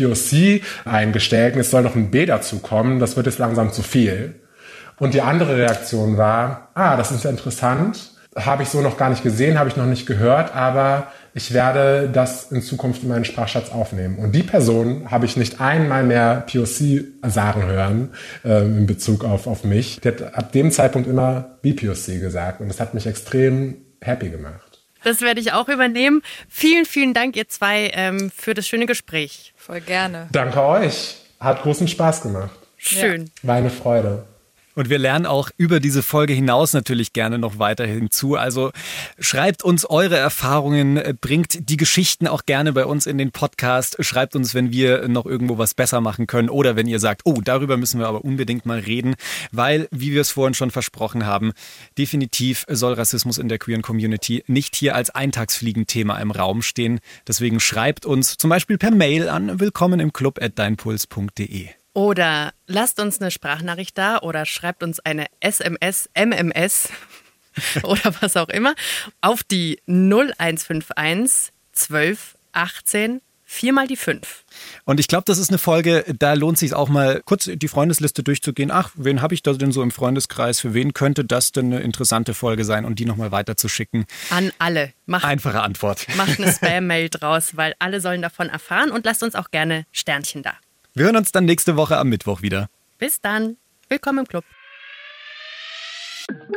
POC eingestellt und jetzt soll noch ein B dazu kommen, das wird jetzt langsam zu viel. Und die andere Reaktion war, das ist ja interessant, habe ich so noch gar nicht gesehen, habe ich noch nicht gehört, aber ich werde das in Zukunft in meinen Sprachschatz aufnehmen. Und die Person habe ich nicht einmal mehr POC sagen hören in Bezug auf mich. Die hat ab dem Zeitpunkt immer BPOC gesagt und das hat mich extrem happy gemacht. Das werde ich auch übernehmen. Vielen, vielen Dank, ihr zwei, für das schöne Gespräch. Voll gerne. Danke euch. Hat großen Spaß gemacht. Schön. War eine Freude. Und wir lernen auch über diese Folge hinaus natürlich gerne noch weiterhin zu. Also schreibt uns eure Erfahrungen, bringt die Geschichten auch gerne bei uns in den Podcast. Schreibt uns, wenn wir noch irgendwo was besser machen können oder wenn ihr sagt, oh, darüber müssen wir aber unbedingt mal reden, weil, wie wir es vorhin schon versprochen haben, definitiv soll Rassismus in der queeren Community nicht hier als Eintagsfliegen-Thema im Raum stehen. Deswegen schreibt uns zum Beispiel per Mail an willkommenimclub@deinpuls.de. Oder lasst uns eine Sprachnachricht da oder schreibt uns eine SMS, MMS oder was auch immer auf die 0151 12 18 4 mal die 5. Und ich glaube, das ist eine Folge, da lohnt es sich auch mal kurz die Freundesliste durchzugehen. Ach, wen habe ich da denn so im Freundeskreis? Für wen könnte das denn eine interessante Folge sein? Und die nochmal weiterzuschicken. An alle. Einfache Antwort. Macht eine Spam-Mail draus, weil alle sollen davon erfahren. Und lasst uns auch gerne Sternchen da. Wir hören uns dann nächste Woche am Mittwoch wieder. Bis dann. Willkommen im Club.